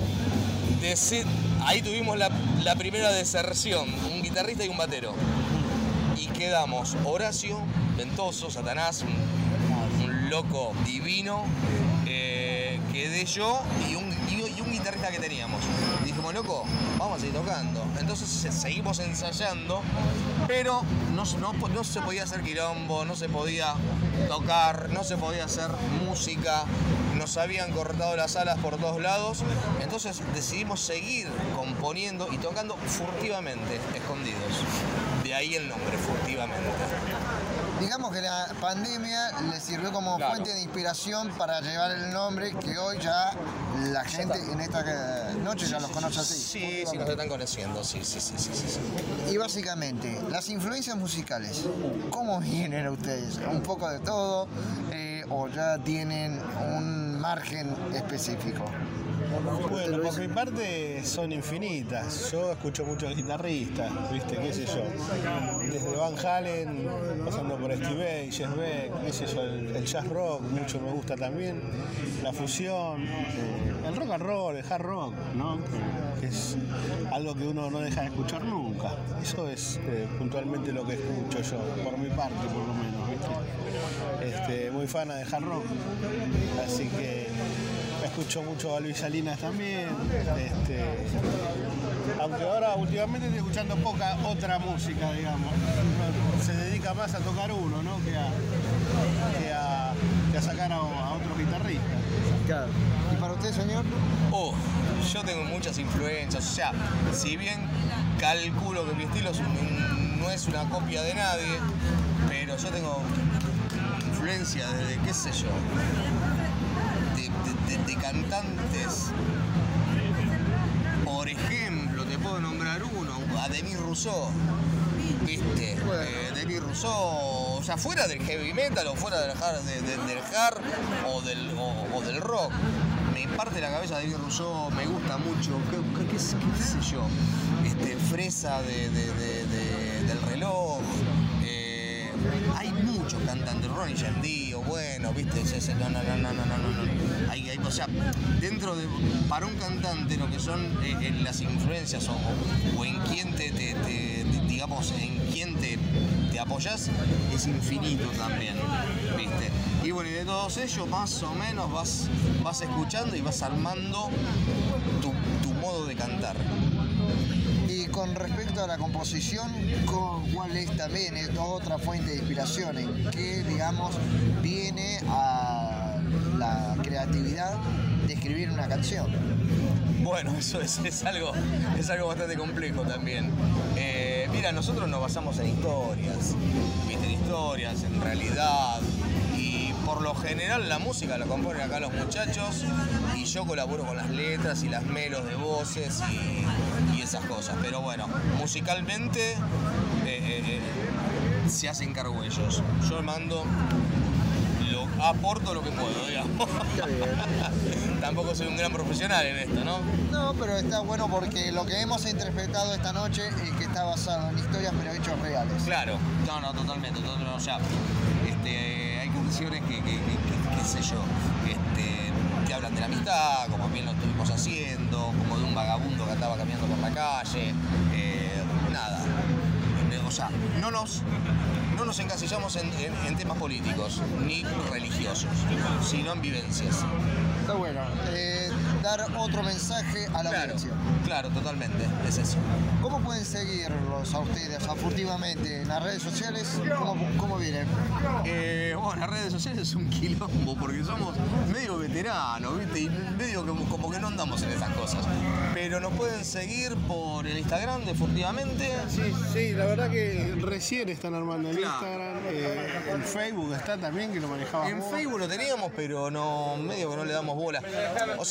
Ahí tuvimos la primera deserción, un guitarrista y un batero. Y quedamos Horacio, Ventoso, Satanás, un loco divino, quedé yo y un guitarrista que teníamos. Y dijimos, loco, vamos a seguir tocando. Entonces seguimos ensayando, pero no se podía hacer quilombo, no se podía tocar, no se podía hacer música, nos habían cortado las alas por todos lados. Entonces decidimos seguir componiendo y tocando furtivamente, escondidos. De ahí el nombre, furtivamente. Digamos que la pandemia le sirvió como fuente de inspiración para llevar el nombre que hoy ya la gente en esta noche ya los conoce así. Sí, nos están conociendo, sí. Y básicamente, las influencias musicales, ¿cómo vienen a ustedes? ¿Un poco de todo o ya tienen un margen específico? Bueno, por mi parte son infinitas. Yo escucho muchos guitarristas, ¿viste? ¿Qué sé yo? Desde Van Halen, pasando por Steve Vai, Jeff Beck, qué sé yo, el jazz rock, mucho me gusta también. La fusión, el rock and roll, el hard rock, ¿no? Que es algo que uno no deja de escuchar nunca. Eso es puntualmente lo que escucho yo, por mi parte por lo menos, ¿viste? Muy fan de hard rock, así que escucho mucho a Luis Salinas también, aunque ahora últimamente estoy escuchando poca otra música, digamos. Se dedica más a tocar uno, ¿no? que a sacar a otros guitarristas. Claro. ¿Y para usted, señor? Yo tengo muchas influencias, o sea, si bien calculo que mi estilo no es una copia de nadie, pero yo tengo influencia desde, qué sé yo, de cantantes. Por ejemplo, te puedo nombrar uno, a Denis Rousseau, ¿viste? Denis Rousseau, o sea, fuera del heavy metal o fuera del hard o del rock, me parte la cabeza Denis Rousseau, me gusta mucho, qué sé yo, Fresa del reloj. Hay muchos cantantes, Ronnie James, bueno, ¿viste? No. O sea, dentro de, para un cantante, lo que son las influencias o en quién digamos, en quién te apoyas, es infinito también, ¿viste? Y bueno, y de todos ellos, más o menos, vas escuchando y vas armando tu modo de cantar. Y con respecto a la composición, ¿cuál es también otra fuente de inspiración? ¿En qué, digamos, viene a la creatividad de escribir una canción? Bueno, eso es algo bastante complejo también. Mira, nosotros nos basamos en historias, ¿viste? En historias, en realidad. Y por lo general la música la componen acá los muchachos y yo colaboro con las letras y las melos de voces y esas cosas. Pero bueno, musicalmente se hacen cargo ellos. Yo aporto lo que puedo, digamos. Está bien. Tampoco soy un gran profesional en esto, ¿no? No, pero está bueno porque lo que hemos interpretado esta noche es que está basado en historias pero hechos reales. Claro, no, totalmente. O sea, hay canciones que qué sé yo, que hablan de la amistad, como bien lo estuvimos haciendo, como de un vagabundo que andaba caminando por la calle, nada. O sea, no nos encasillamos en temas políticos ni religiosos, sino en vivencias. Está bueno. Dar otro mensaje a la audiencia. Claro, totalmente, es eso. ¿Cómo pueden seguirlos a ustedes furtivamente en las redes sociales? ¿Cómo vienen? Bueno, las redes sociales es un quilombo porque somos medio veteranos, ¿viste? Y medio como que no andamos en esas cosas. Pero nos pueden seguir por el Instagram de Furtivamente. Sí, la verdad que recién están armando el Instagram. El Facebook está también, que lo manejamos. En Facebook lo teníamos, pero no, medio que no le damos bola. O sea, en realidad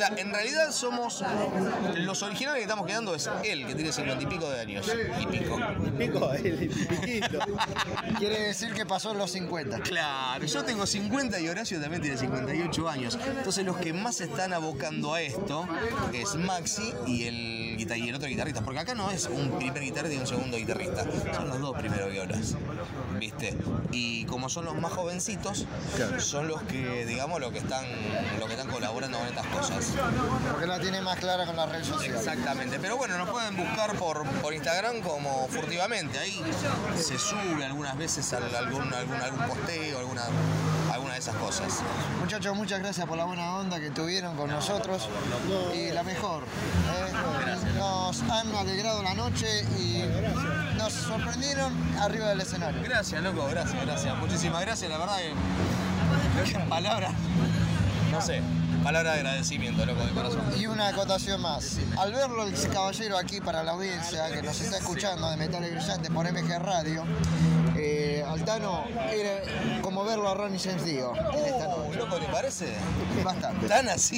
realidad somos los originales que estamos quedando es él, que tiene 50 y pico de años. Y pico. El piquito. Quiere decir que pasó los 50. Claro, yo tengo 50 y Horacio también tiene 58 años. Entonces los que más se están abocando a esto es Maxi y el otro guitarrista. Porque acá no es un primer guitarrista y un segundo guitarrista. Son los dos primeros violas. ¿Viste? Y como son los más jovencitos, son los que, digamos, los que están colaborando con estas cosas. Porque la tiene más clara con las redes sociales. Exactamente. Pero bueno, nos pueden buscar por Instagram como Furtivamente. Ahí se sube algunas veces algún posteo, alguna de esas cosas. Muchachos, muchas gracias por la buena onda que tuvieron con nosotros. Y la mejor. Nos han alegrado la noche y nos sorprendieron arriba del escenario. Gracias, loco, gracias. Muchísimas gracias, la verdad que palabras, no sé, palabra de agradecimiento, loco, de corazón. Y una acotación más. Al verlo el caballero aquí para la audiencia que nos está escuchando de Metales Brillantes por MG Radio, Altano era como verlo a Ronnie James Dio. Loco, ¿te parece? Bastante. ¿Tan así?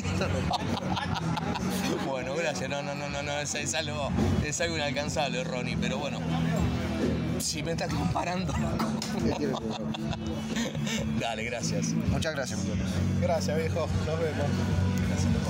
Bueno, gracias. No, es algo inalcanzable, Ronnie, pero bueno. Si me estás comparando. Dale, gracias. Muchas gracias, muchachos. Gracias, viejo. Nos vemos. Gracias, loco.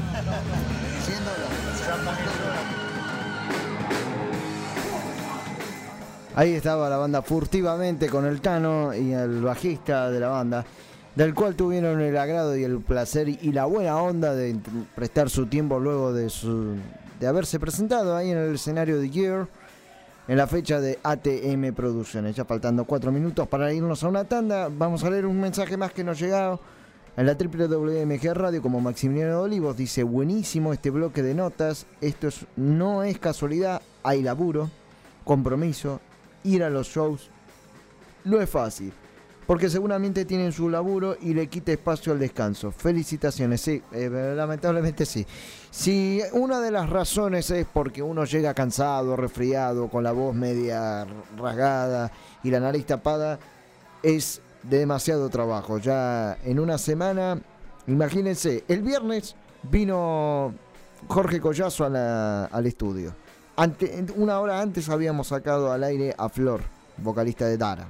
Ahí estaba la banda Furtivamente con el Tano y el bajista de la banda, del cual tuvieron el agrado y el placer y la buena onda de prestar su tiempo luego de haberse presentado ahí en el escenario de Gear en la fecha de ATM Producciones. Ya faltando 4 minutos para irnos a una tanda, vamos a leer un mensaje más que nos ha llegado en la WMG Radio, como Maximiliano Olivos dice: buenísimo este bloque de notas, no es casualidad, hay laburo, compromiso, ir a los shows no es fácil, porque seguramente tienen su laburo y le quita espacio al descanso. Felicitaciones, sí, lamentablemente sí. Si una de las razones es porque uno llega cansado, resfriado, con la voz media rasgada y la nariz tapada, es de demasiado trabajo. Ya en una semana, imagínense, el viernes vino Jorge Collazo al estudio. Una hora antes habíamos sacado al aire a Flor, vocalista de Dara.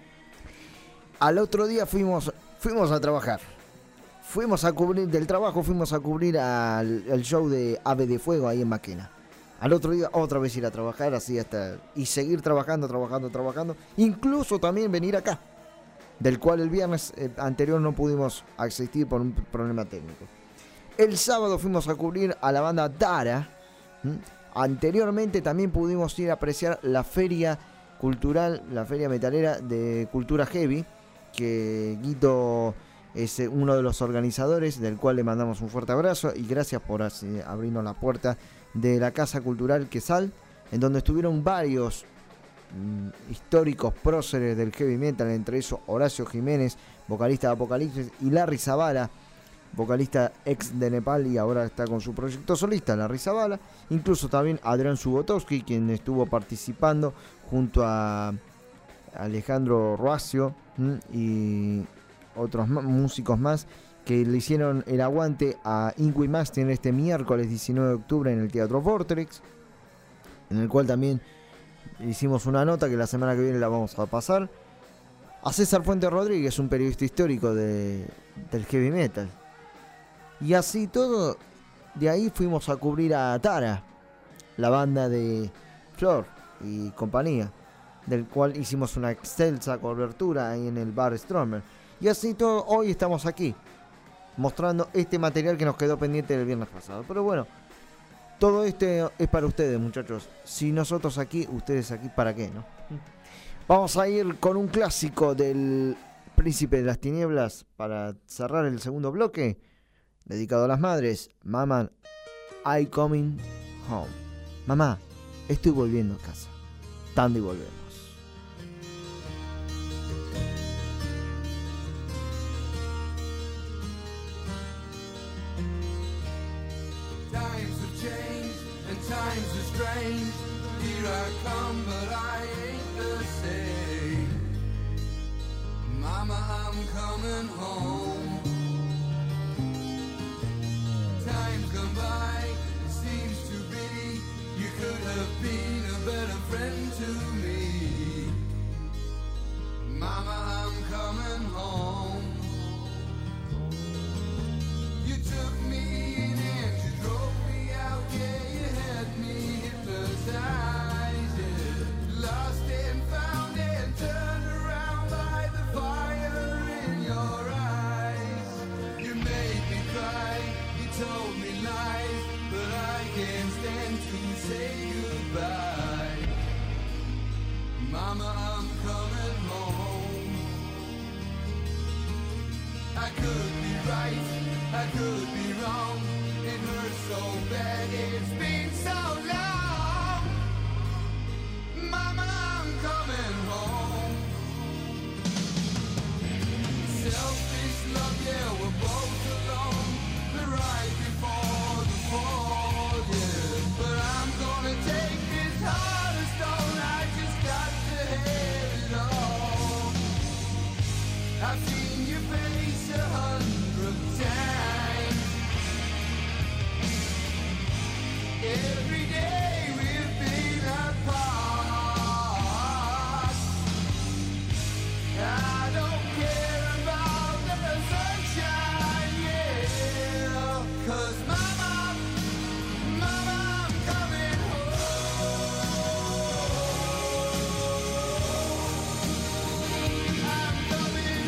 Al otro día fuimos a trabajar. Fuimos a cubrir al show de Ave de Fuego ahí en Maquena. Al otro día otra vez ir a trabajar, así hasta, y seguir trabajando. Incluso también venir acá, del cual el viernes anterior no pudimos asistir por un problema técnico. El sábado fuimos a cubrir a la banda Dara. Anteriormente también pudimos ir a apreciar la feria cultural, la feria metalera de Cultura Heavy, que Guito es uno de los organizadores, del cual le mandamos un fuerte abrazo y gracias por abrirnos la puerta de la Casa Cultural Quesal, en donde estuvieron varios históricos próceres del heavy metal, entre esos Horacio Jiménez, vocalista de Apocalipsis, y Larry Zavala, vocalista ex de Nepal y ahora está con su proyecto solista, Larry Zavala. Incluso también Adrián Subotovsky, quien estuvo participando junto a Alejandro Roacio y otros músicos más que le hicieron el aguante a Ingui Mastin este miércoles 19 de octubre en el Teatro Vortex, en el cual también hicimos una nota que la semana que viene la vamos a pasar. A César Fuentes Rodríguez, un periodista histórico del heavy metal. Y así todo, de ahí fuimos a cubrir a Tara, la banda de Flor y compañía, del cual hicimos una excelsa cobertura ahí en el bar Stromer. Y así todo, hoy estamos aquí, mostrando este material que nos quedó pendiente del viernes pasado. Pero bueno, todo esto es para ustedes, muchachos. Si nosotros aquí, ustedes aquí, ¿para qué, no? Vamos a ir con un clásico del Príncipe de las Tinieblas para cerrar el segundo bloque, dedicado a las madres. Mama, I coming home. Mamá, estoy volviendo a casa. Tanda y volvemos. Times have changed and times are strange. Here I come, but I ain't the same. Mama, I'm coming home. Time's gone to say goodbye. Mama, I'm coming home. I could be right, I could be wrong. It hurts so bad, it's been so long. Mama, I'm coming home. Selfish love, yeah, we're both alone. The right before the fall, yeah. But I'm gonna take this heart of stone. I just got to have it all. I've seen your face 100 times. Every day we've been apart. I don't care about the sunshine, yeah. 'Cause mama, I'm coming home. I'm coming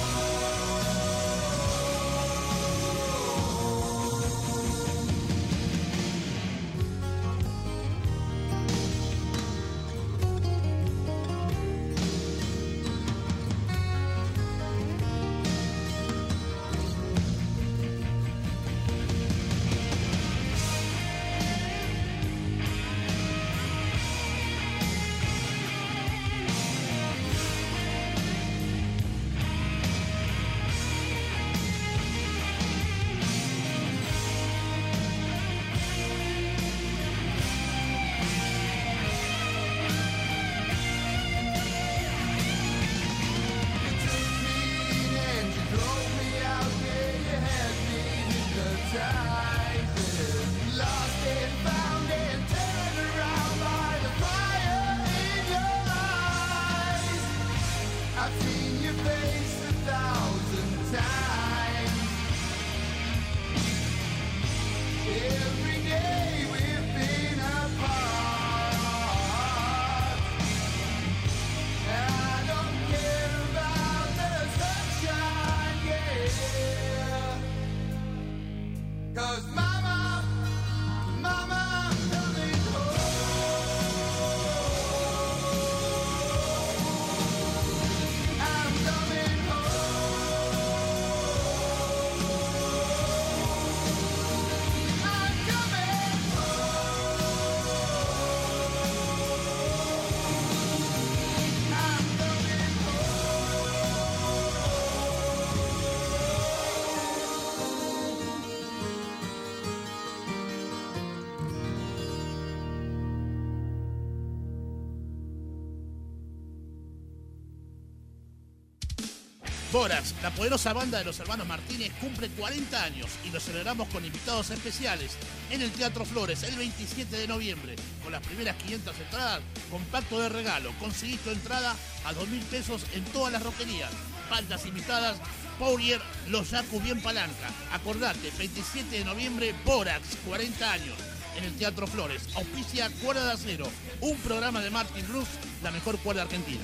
Borax, la poderosa banda de los hermanos Martínez, cumple 40 años y lo celebramos con invitados especiales en el Teatro Flores el 27 de noviembre. Con las primeras 500 entradas, compacto de regalo. Conseguís tu entrada a 2.000 pesos en todas las roquerías. Bandas invitadas, Pourier, Los Yacu, Bien Palanca. Acordate, 27 de noviembre, Borax, 40 años. En el Teatro Flores, auspicia Cuerda de Acero, un programa de Martin Blues, la mejor cuerda argentina.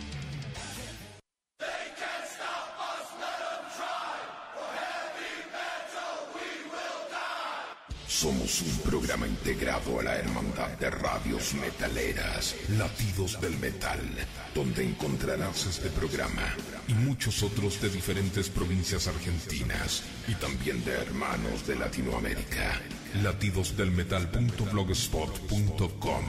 Somos un programa integrado a la Hermandad de Radios Metaleras, Latidos del Metal, donde encontrarás este programa y muchos otros de diferentes provincias argentinas y también de hermanos de Latinoamérica. Latidosdelmetal.blogspot.com.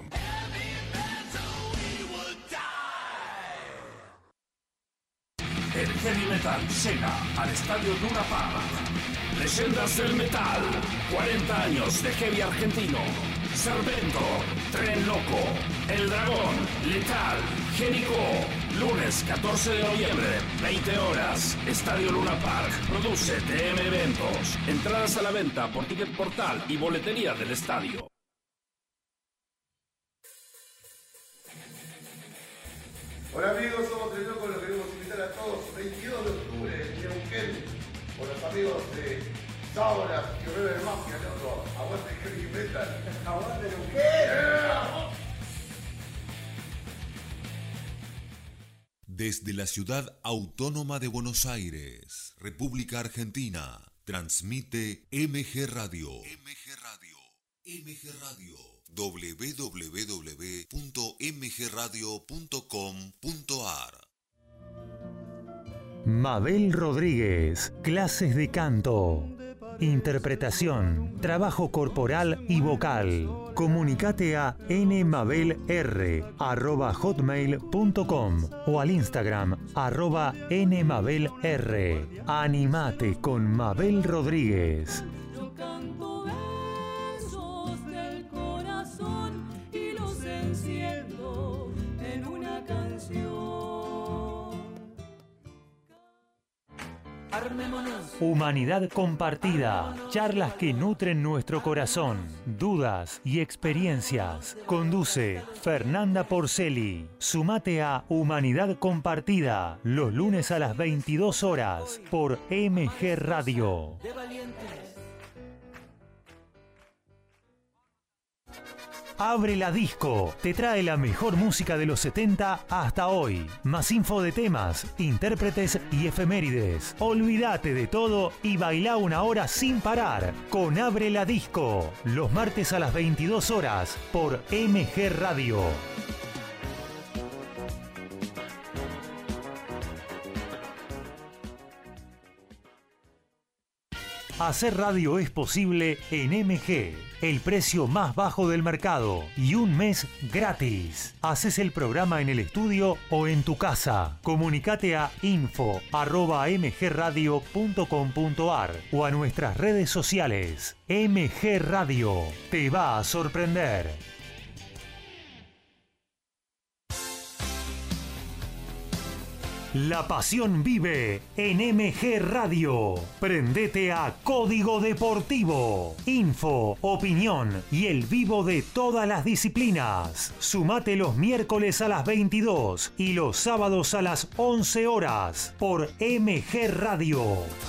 El heavy metal llega al estadio Luna Park. Leyendas del metal, 40 años de heavy argentino. Servento, Tren Loco, El Dragón, Letal, Génico. Lunes 14 de noviembre, 20 horas, Estadio Luna Park. Produce TM Eventos. Entradas a la venta por Ticket Portal y boletería del estadio. Hola amigos, somos Tren Loco, los queremos invitar a todos 22 de octubre en Neuquén con los amigos de Sauras y River Mafia, loco. Aguante heavy metal. Aguante Neuquén. Desde la ciudad autónoma de Buenos Aires, República Argentina, transmite MG Radio. MG Radio, www.mgradio.com.ar. Mabel Rodríguez, clases de canto, interpretación, trabajo corporal y vocal. Comunicate a nmabelr@hotmail.com o al Instagram @nmabelr. Animate con Mabel Rodríguez. Yo canto versos del corazón y los enciendo en una canción. Armémonos. Humanidad compartida, charlas que nutren nuestro corazón, dudas y experiencias. Conduce Fernanda Porceli. Sumate a Humanidad Compartida los lunes a las 22 horas por MG Radio. De valientes. Abre la Disco, te trae la mejor música de los 70 hasta hoy. Más info de temas, intérpretes y efemérides. Olvídate de todo y bailá una hora sin parar con Abre la Disco. Los martes a las 22 horas por MG Radio. Hacer radio es posible en MG. El precio más bajo del mercado y un mes gratis. Haces el programa en el estudio o en tu casa. Comunicate a info@mgradio.com.ar o a nuestras redes sociales. MG Radio te va a sorprender. La pasión vive en MG Radio. Prendete a Código Deportivo. Info, opinión y el vivo de todas las disciplinas. Sumate los miércoles a las 22 y los sábados a las 11 horas por MG Radio.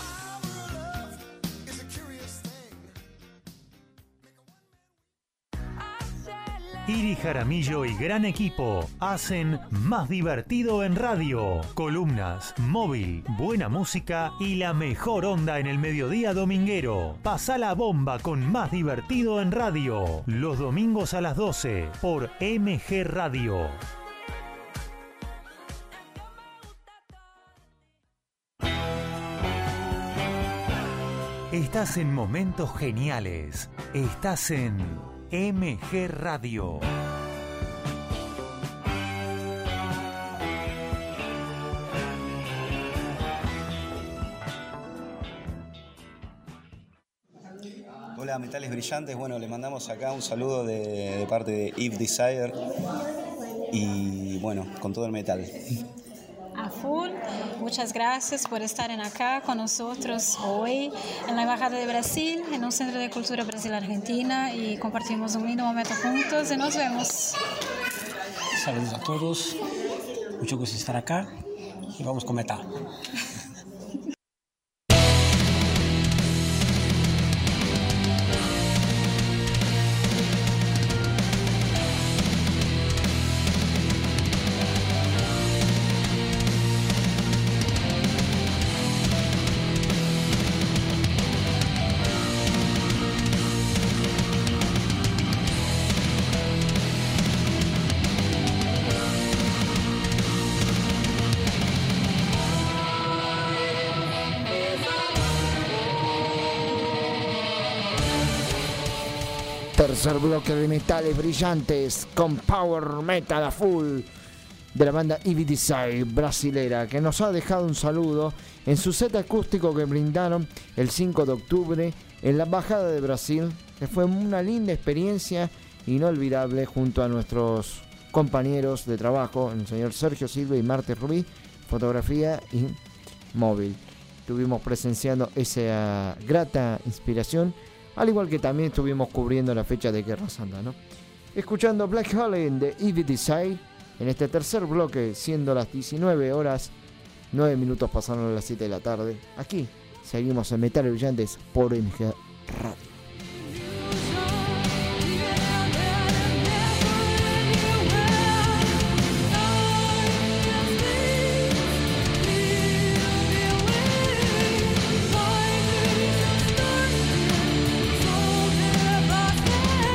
Iri Jaramillo y gran equipo hacen Más Divertido en Radio. Columnas, móvil, buena música y la mejor onda en el mediodía dominguero. Pasá la bomba con Más Divertido en Radio. Los domingos a las 12 por MG Radio. Estás en momentos geniales. Estás en MG Radio. Hola, Metales Brillantes. Bueno, le mandamos acá un saludo de parte de If Desire y bueno, con todo el metal. A full. Muchas gracias por estar acá con nosotros hoy en la Embajada de Brasil, en un Centro de Cultura Brasil-Argentina, y compartimos un lindo momento juntos y nos vemos. Saludos a todos, mucho gusto estar acá y vamos con metal. Tercer bloque de Metales Brillantes con Power Metal a full de la banda If Desire brasilera, que nos ha dejado un saludo en su set acústico que brindaron el 5 de octubre en la Embajada de Brasil, que fue una linda experiencia inolvidable junto a nuestros compañeros de trabajo, el señor Sergio Silva y Marte Rubí, fotografía y móvil. Estuvimos presenciando esa grata inspiración, al igual que también estuvimos cubriendo la fecha de Guerra Santa, ¿no? Escuchando Black Hole de If Desire en este tercer bloque, siendo las 19 horas, 9 minutos pasaron las 7 de la tarde. Aquí seguimos en Metales Brillantes por MG Radio. Yeah.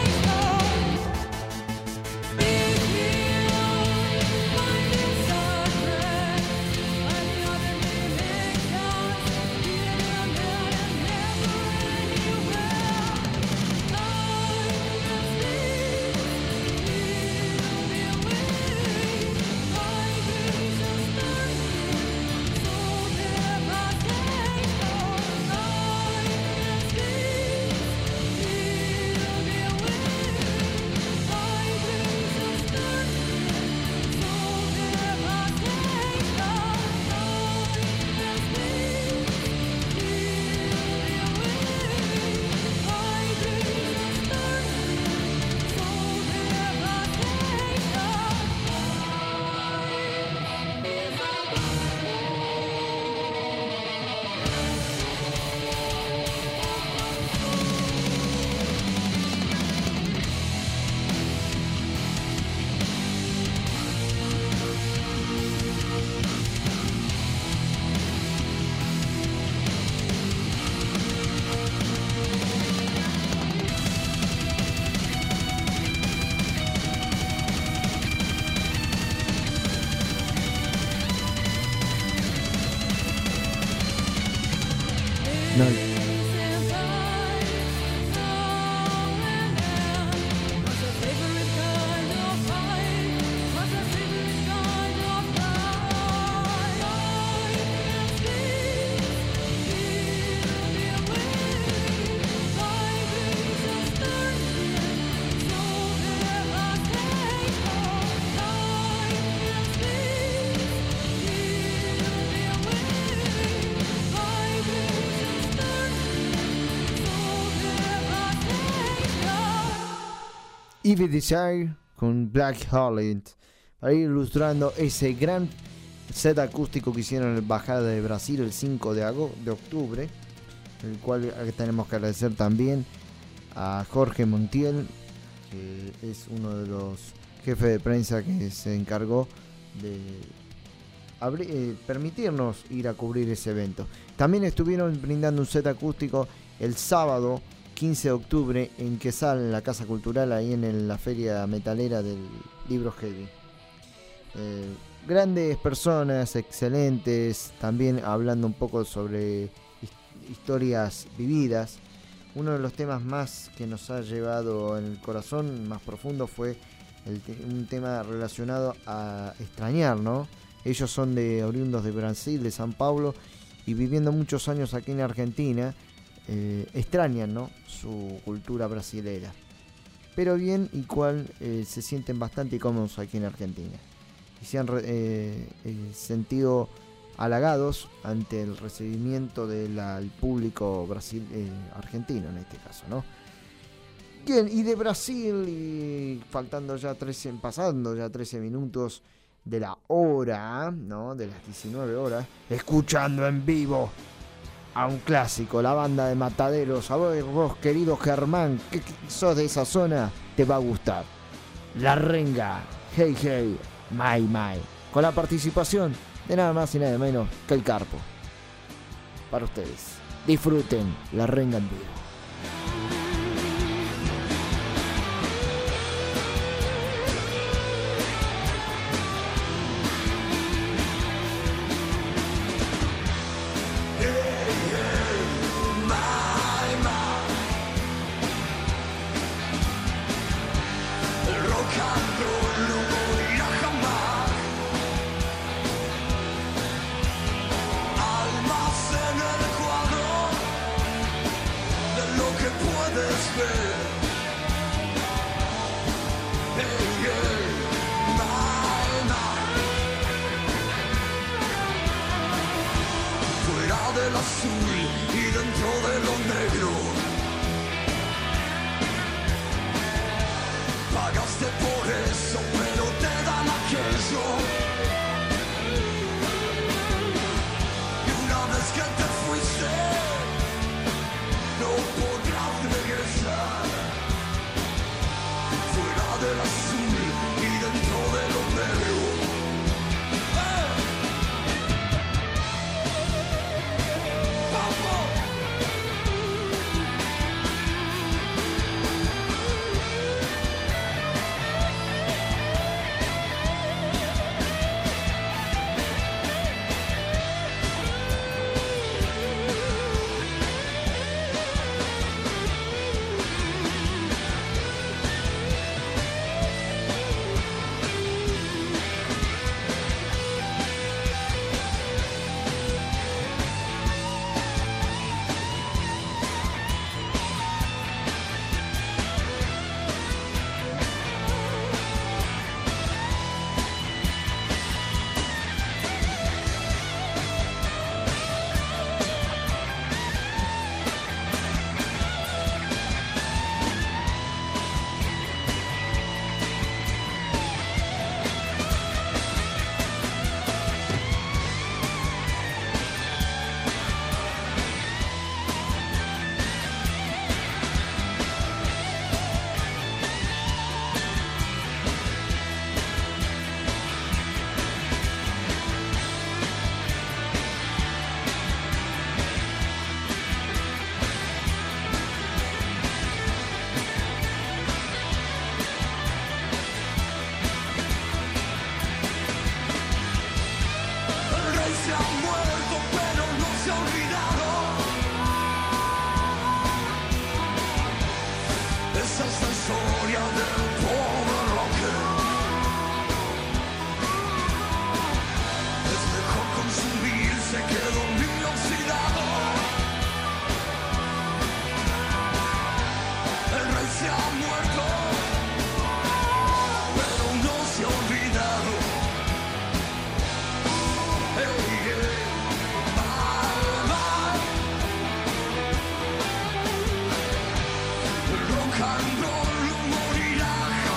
Eve Desire con Black Holland, para ir ilustrando ese gran set acústico que hicieron en la Embajada de Brasil el 5 de octubre, el cual tenemos que agradecer también a Jorge Montiel, que es uno de los jefes de prensa que se encargó de permitirnos ir a cubrir ese evento. También estuvieron brindando un set acústico el sábado 15 de octubre en Quesal, en la Casa Cultural, ahí en la feria metalera del libro Heavy. Grandes personas, excelentes, también hablando un poco sobre historias vividas. Uno de los temas más que nos ha llevado en el corazón, más profundo, fue un tema relacionado a extrañar, ¿no? Ellos son oriundos de Brasil, de San Paulo, y viviendo muchos años aquí en Argentina, extrañan, ¿no?, su cultura brasilera. Pero bien y cual se sienten bastante cómodos aquí en Argentina. Y se han sentido halagados ante el recibimiento del público argentino en este caso, ¿no? Bien, y de Brasil, y pasando ya 13 minutos de la hora, ¿no?, de las 19 horas, escuchando en vivo a un clásico, la banda de Mataderos. A vos, querido Germán, que sos de esa zona, te va a gustar. La Renga, Hey Hey, My My, con la participación de nada más y nada menos que el Carpo. Para ustedes, disfruten La Renga en vivo. Rock and roll morirá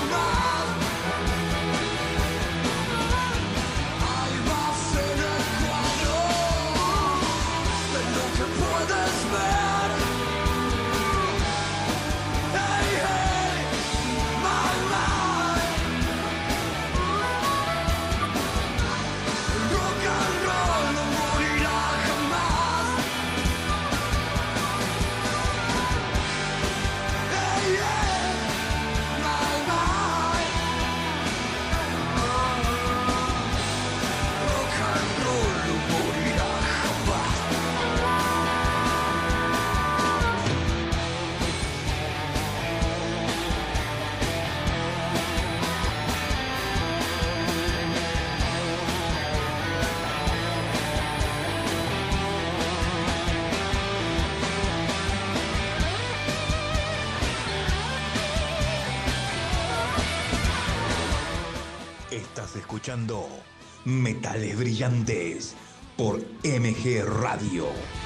escuchando Metales Brillantes por MG Radio.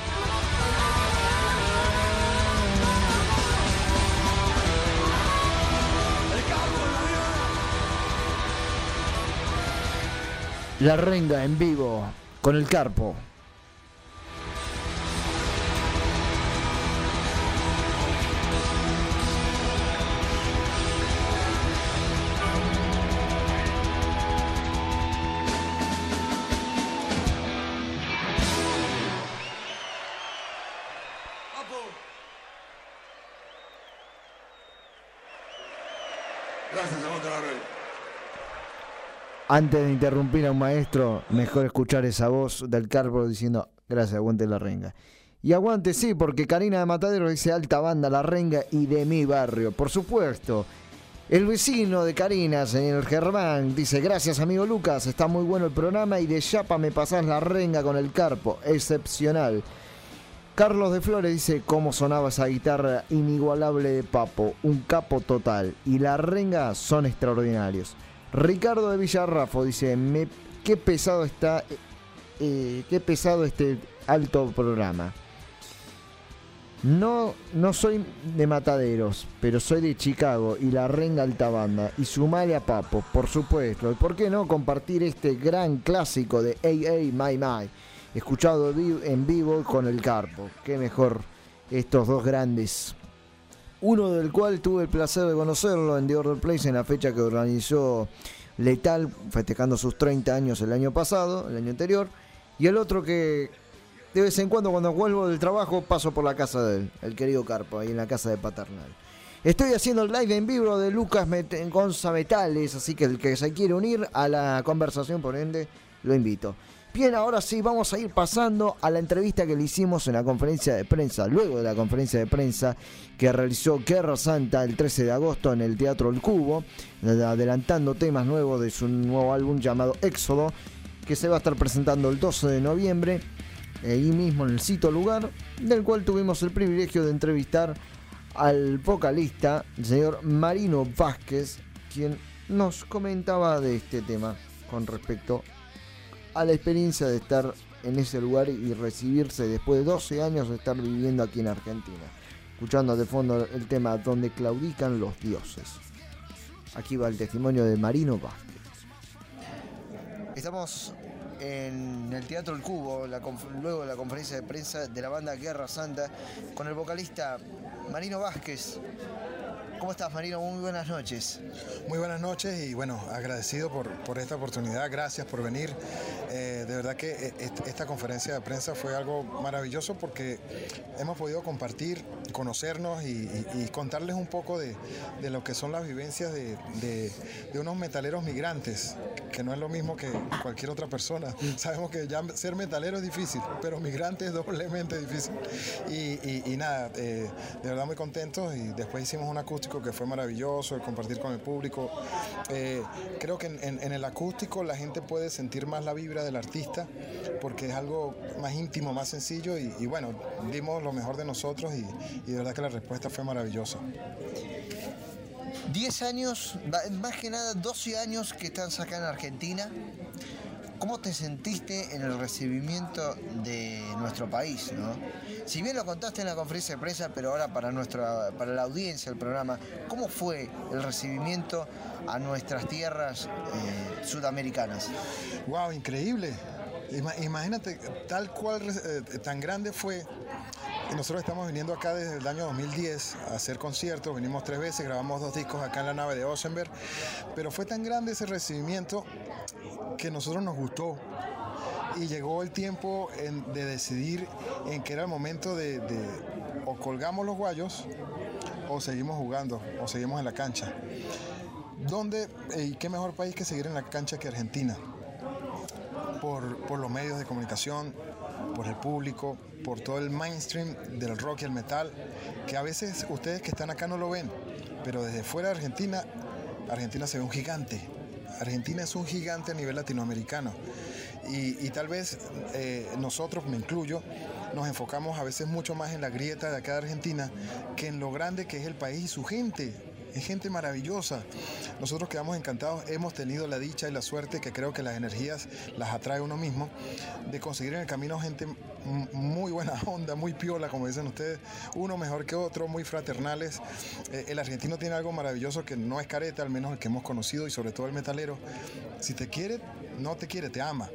La Renga en vivo con el Carpo. Antes de interrumpir a un maestro, mejor escuchar esa voz del Carpo diciendo gracias, aguante La Renga. Y aguante sí, porque Karina de Matadero dice alta banda La Renga y de mi barrio, por supuesto. El vecino de Karina, señor Germán, dice gracias amigo Lucas, está muy bueno el programa y de chapa me pasás La Renga con el Carpo, excepcional. Carlos de Flores dice cómo sonaba esa guitarra inigualable de Papo, un capo total, y La Renga son extraordinarios. Ricardo de Villarrafo dice qué pesado está, qué pesado este alto programa. No soy de Mataderos, pero soy de Chicago y La Renga alta banda. Y sumale a Papo, por supuesto. ¿Y por qué no compartir este gran clásico de AA My My? Escuchado en vivo con el Carpo. Qué mejor estos dos grandes. Uno del cual tuve el placer de conocerlo en The Order Place en la fecha que organizó Letal, festejando sus 30 años el año pasado, el año anterior. Y el otro que de vez en cuando vuelvo del trabajo paso por la casa de él, el querido Carpo, ahí en la casa de Paternal. Estoy haciendo el live en vivo de Lucas Gonza Metales, así que el que se quiere unir a la conversación, por ende, lo invito. Bien, ahora sí, vamos a ir pasando a la entrevista que le hicimos en la conferencia de prensa, luego de la conferencia de prensa que realizó Guerra Santa el 13 de agosto en el Teatro El Cubo, adelantando temas nuevos de su nuevo álbum llamado Éxodo, que se va a estar presentando el 12 de noviembre, ahí mismo en el sitio lugar, del cual tuvimos el privilegio de entrevistar al vocalista, el señor Marino Vázquez, quien nos comentaba de este tema con respecto a la experiencia de estar en ese lugar y recibirse después de 12 años de estar viviendo aquí en Argentina. Escuchando de fondo el tema Donde claudican los dioses. Aquí va el testimonio de Marino Vázquez. Estamos en el Teatro El Cubo, luego de la conferencia de prensa de la banda Guerra Santa, con el vocalista Marino Vázquez. ¿Cómo estás, Marino? Muy buenas noches. Muy buenas noches y bueno, agradecido por esta oportunidad, gracias por venir. De verdad que esta conferencia de prensa fue algo maravilloso porque hemos podido compartir, conocernos y contarles un poco de lo que son las vivencias de unos metaleros migrantes, que no es lo mismo que cualquier otra persona. Sabemos que ya ser metalero es difícil, pero migrante es doblemente difícil. Y nada, de verdad muy contentos y después hicimos un acústico que fue maravilloso, el compartir con el público. Creo que en el acústico la gente puede sentir más la vibra del artista porque es algo más íntimo, más sencillo y bueno, dimos lo mejor de nosotros y de verdad que la respuesta fue maravillosa. 10 años, más que nada 12 años que estás acá en Argentina. ¿Cómo te sentiste en el recibimiento de nuestro país, ¿no? Si bien lo contaste en la conferencia de prensa, pero ahora para la audiencia del programa, ¿cómo fue el recibimiento a nuestras tierras sudamericanas? ¡Wow! Increíble. Imagínate, tal cual, tan grande fue. Nosotros estamos viniendo acá desde el año 2010 a hacer conciertos, venimos 3 veces, grabamos 2 discos acá en la nave de Osenberg, pero fue tan grande ese recibimiento que a nosotros nos gustó y llegó el tiempo de decidir en que era el momento de o colgamos los guayos o seguimos jugando o seguimos en la cancha. ¿Dónde y qué mejor país que seguir en la cancha que Argentina? Por los medios de comunicación, por el público, por todo el mainstream del rock y el metal, que a veces ustedes que están acá no lo ven, pero desde fuera de Argentina, Argentina se ve un gigante. Argentina es un gigante a nivel latinoamericano y tal vez nosotros, me incluyo, nos enfocamos a veces mucho más en la grieta de acá de Argentina que en lo grande que es el país y su gente. es gente maravillosa. Nosotros quedamos encantados, hemos tenido la dicha y la suerte, que creo que las energías las atrae uno mismo, de conseguir en el camino gente muy buena onda, muy piola, como dicen ustedes, uno mejor que otro, muy fraternales. El argentino tiene algo maravilloso que no es careta, al menos el que hemos conocido, y sobre todo el metalero. Si te quiere, no te quiere, te ama.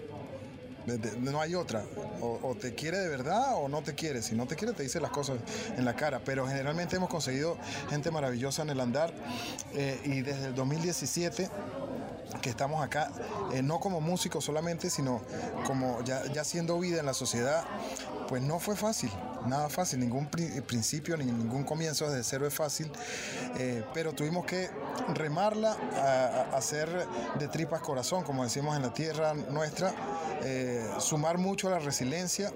No hay otra, o te quiere de verdad o no te quiere. Si no te quiere, te dice las cosas en la cara. Pero generalmente hemos conseguido gente maravillosa en el andar, y desde el 2017 que estamos acá, no como músicos solamente, sino como ya haciendo vida en la sociedad, pues no fue fácil, nada fácil, ningún principio ni ningún comienzo desde cero es fácil, pero tuvimos que remarla, a hacer de tripas corazón, como decimos en la tierra nuestra, sumar mucho a la resiliencia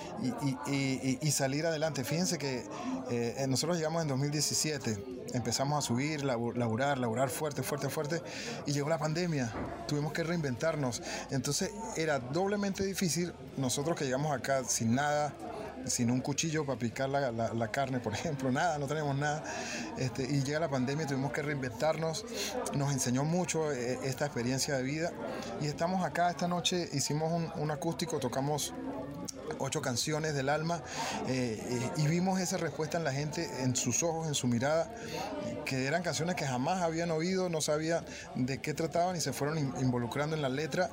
y salir adelante. Fíjense que nosotros llegamos en 2017, empezamos a subir, laburar fuerte, y llegó la pandemia, tuvimos que reinventarnos. Entonces era doblemente difícil. Nosotros que llegamos acá sin nada, sin un cuchillo para picar la carne, por ejemplo, nada, no teníamos nada, y llega la pandemia y tuvimos que reinventarnos. Nos enseñó mucho esta experiencia de vida, y estamos acá esta noche. Hicimos un acústico, tocamos 8 canciones del alma, y vimos esa respuesta en la gente, en sus ojos, en su mirada, que eran canciones que jamás habían oído, no sabían de qué trataban, y se fueron involucrando en la letra,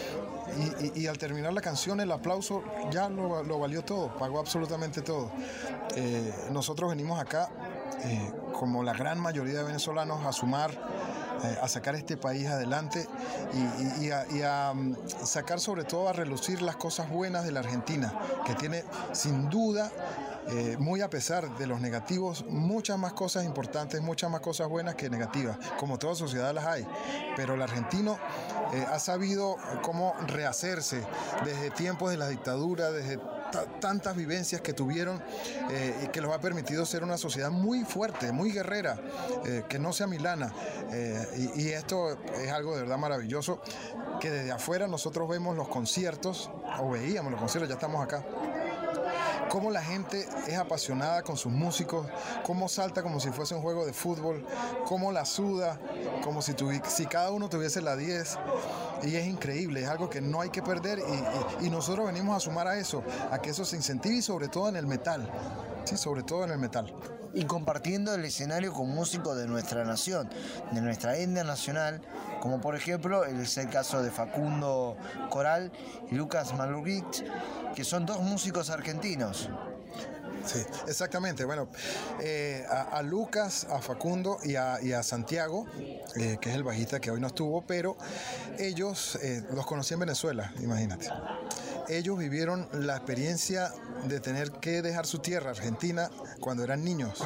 y al terminar la canción el aplauso ya lo valió todo, pagó absolutamente todo. Nosotros venimos acá, como la gran mayoría de venezolanos, a sumar, a sacar este país adelante, y a sacar, sobre todo, a relucir las cosas buenas de la Argentina, que tiene sin duda, muy a pesar de los negativos, muchas más cosas importantes, muchas más cosas buenas que negativas, como toda sociedad las hay, pero el argentino ha sabido cómo rehacerse desde tiempos de la dictadura, desde tantas vivencias que tuvieron, y que los ha permitido ser una sociedad muy fuerte, muy guerrera, que no sea milana, y esto es algo de verdad maravilloso, que desde afuera nosotros vemos los conciertos, o veíamos los conciertos, ya estamos acá, cómo la gente es apasionada con sus músicos, cómo salta como si fuese un juego de fútbol, cómo la suda, como si cada uno tuviese la 10, y es increíble, es algo que no hay que perder, y nosotros venimos a sumar a eso, a que eso se incentive, y sobre todo en el metal, sí, sobre todo en el metal. Y compartiendo el escenario con músicos de nuestra nación, de nuestra etnia nacional, como por ejemplo es el caso de Facundo Coral y Lucas Malurich, que son 2 músicos argentinos. Sí, exactamente. Bueno, a Lucas, a Facundo y a Santiago, que es el bajista que hoy no estuvo, pero ellos los conocí en Venezuela, imagínate. Ellos vivieron la experiencia de tener que dejar su tierra, Argentina, cuando eran niños.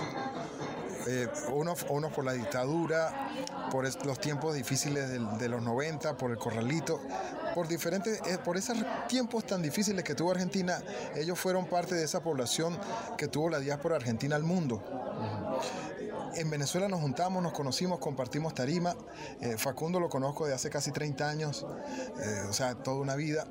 Unos por la dictadura, por los tiempos difíciles de los 90, por el corralito, por esos tiempos tan difíciles que tuvo Argentina. Ellos fueron parte de esa población que tuvo la diáspora argentina al mundo. En Venezuela nos juntamos, nos conocimos, compartimos tarima. Facundo lo conozco de hace casi 30 años, o sea, toda una vida.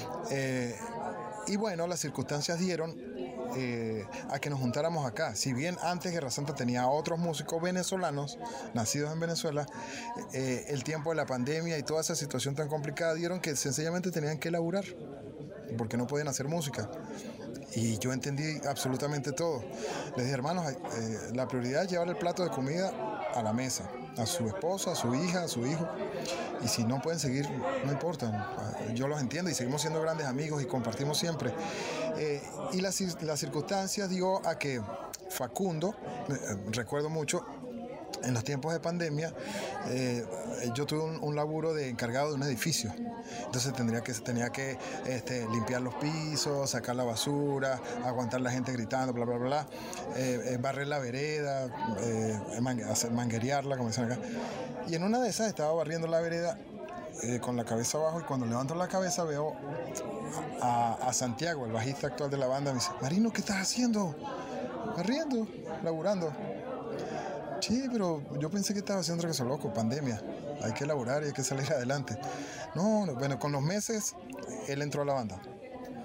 Y bueno, las circunstancias dieron a que nos juntáramos acá. Si bien antes Guerra Santa tenía otros músicos venezolanos, nacidos en Venezuela, el tiempo de la pandemia y toda esa situación tan complicada dieron que sencillamente tenían que laburar, porque no podían hacer música. Y yo entendí absolutamente todo. Les dije, hermanos, la prioridad es llevar el plato de comida a la mesa, a su esposa, a su hija, a su hijo. Y si no pueden seguir, no importa. Yo los entiendo y seguimos siendo grandes amigos y compartimos siempre. Y las circunstancias dio a que Facundo, recuerdo mucho, en los tiempos de pandemia, yo tuve un laburo de encargado de un edificio. Entonces tenía que limpiar los pisos, sacar la basura, aguantar la gente gritando, bla, bla, bla, barrer la vereda, manguerearla, como dicen acá. Y en una de esas estaba barriendo la vereda con la cabeza abajo, y cuando levanto la cabeza veo a Santiago, el bajista actual de la banda. Me dice, Marino, ¿qué estás haciendo? Barriendo, laburando. Sí, pero yo pensé que estaba haciendo otra cosa, loco, pandemia. Hay que laburar y hay que salir adelante. No, bueno, con los meses él entró a la banda.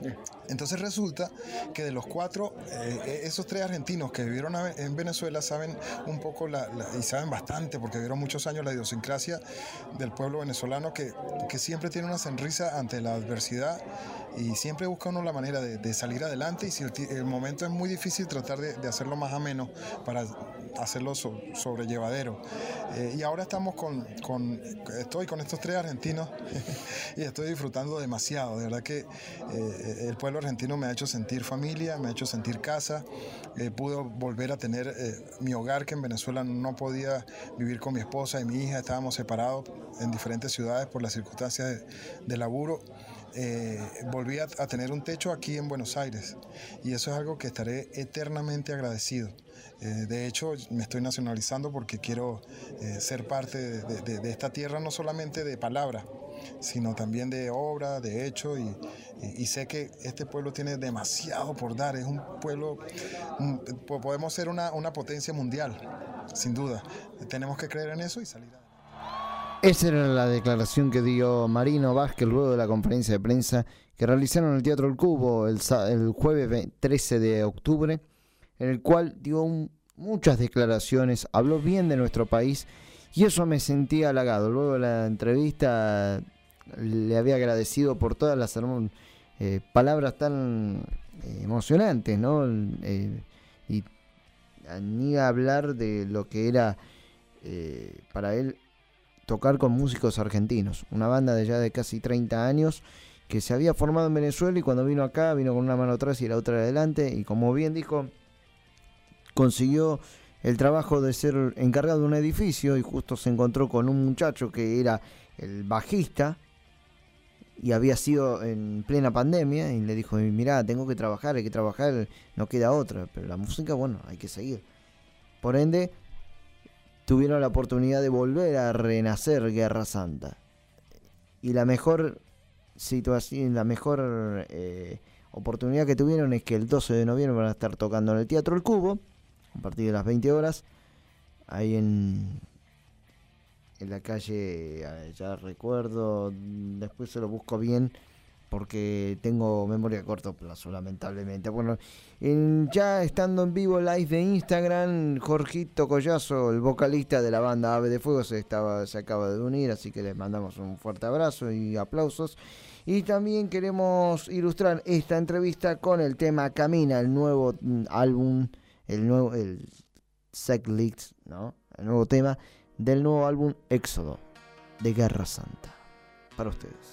Entonces resulta que de los 4, esos 3 argentinos que vivieron en Venezuela saben un poco y saben bastante, porque vivieron muchos años la idiosincrasia del pueblo venezolano que siempre tiene una sonrisa ante la adversidad y siempre busca uno la manera de salir adelante, y si el momento es muy difícil, tratar de hacerlo más ameno para hacerlo sobrellevadero. Y ahora estamos estoy con estos 3 argentinos y estoy disfrutando demasiado. De verdad que el pueblo argentino me ha hecho sentir familia, me ha hecho sentir casa. Pude volver a tener mi hogar, que en Venezuela no podía vivir con mi esposa y mi hija. Estábamos separados en diferentes ciudades por las circunstancias de laburo. Volví a tener un techo aquí en Buenos Aires, y eso es algo que estaré eternamente agradecido. De hecho, me estoy nacionalizando porque quiero ser parte de esta tierra, no solamente de palabra, sino también de obra, de hecho, y sé que este pueblo tiene demasiado por dar. Es un pueblo, podemos ser una potencia mundial, sin duda. Tenemos que creer en eso y salir adelante. Esa era la declaración que dio Marino Vázquez luego de la conferencia de prensa que realizaron en el Teatro El Cubo el jueves 13 de octubre, en el cual dio muchas declaraciones, habló bien de nuestro país, y eso me sentía halagado. Luego de la entrevista le había agradecido por todas las palabras tan emocionantes, ¿no? Y ni hablar de lo que era para él tocar con músicos argentinos, una banda de ya de casi 30 años que se había formado en Venezuela, y cuando vino acá vino con una mano atrás y la otra adelante, y como bien dijo, consiguió el trabajo de ser encargado de un edificio, y justo se encontró con un muchacho que era el bajista y había sido en plena pandemia, y le dijo: mirá, tengo que trabajar, hay que trabajar, no queda otra, pero la música, bueno, hay que seguir. Por ende, tuvieron la oportunidad de volver a renacer Guerra Santa. Y la mejor situación, la mejor oportunidad que tuvieron es que el 12 de noviembre van a estar tocando en el Teatro El Cubo, a partir de las 20 horas, ahí en la calle, ya recuerdo, después se lo busco bien, porque tengo memoria a corto plazo, lamentablemente. Bueno, ya estando en vivo live de Instagram, Jorgito Collazo, el vocalista de la banda Ave de Fuego, se acaba de unir, así que les mandamos un fuerte abrazo y aplausos. Y también queremos ilustrar esta entrevista con el tema Camina, el nuevo álbum, el Setlist, ¿no? El nuevo tema del nuevo álbum Éxodo de Guerra Santa. Para ustedes.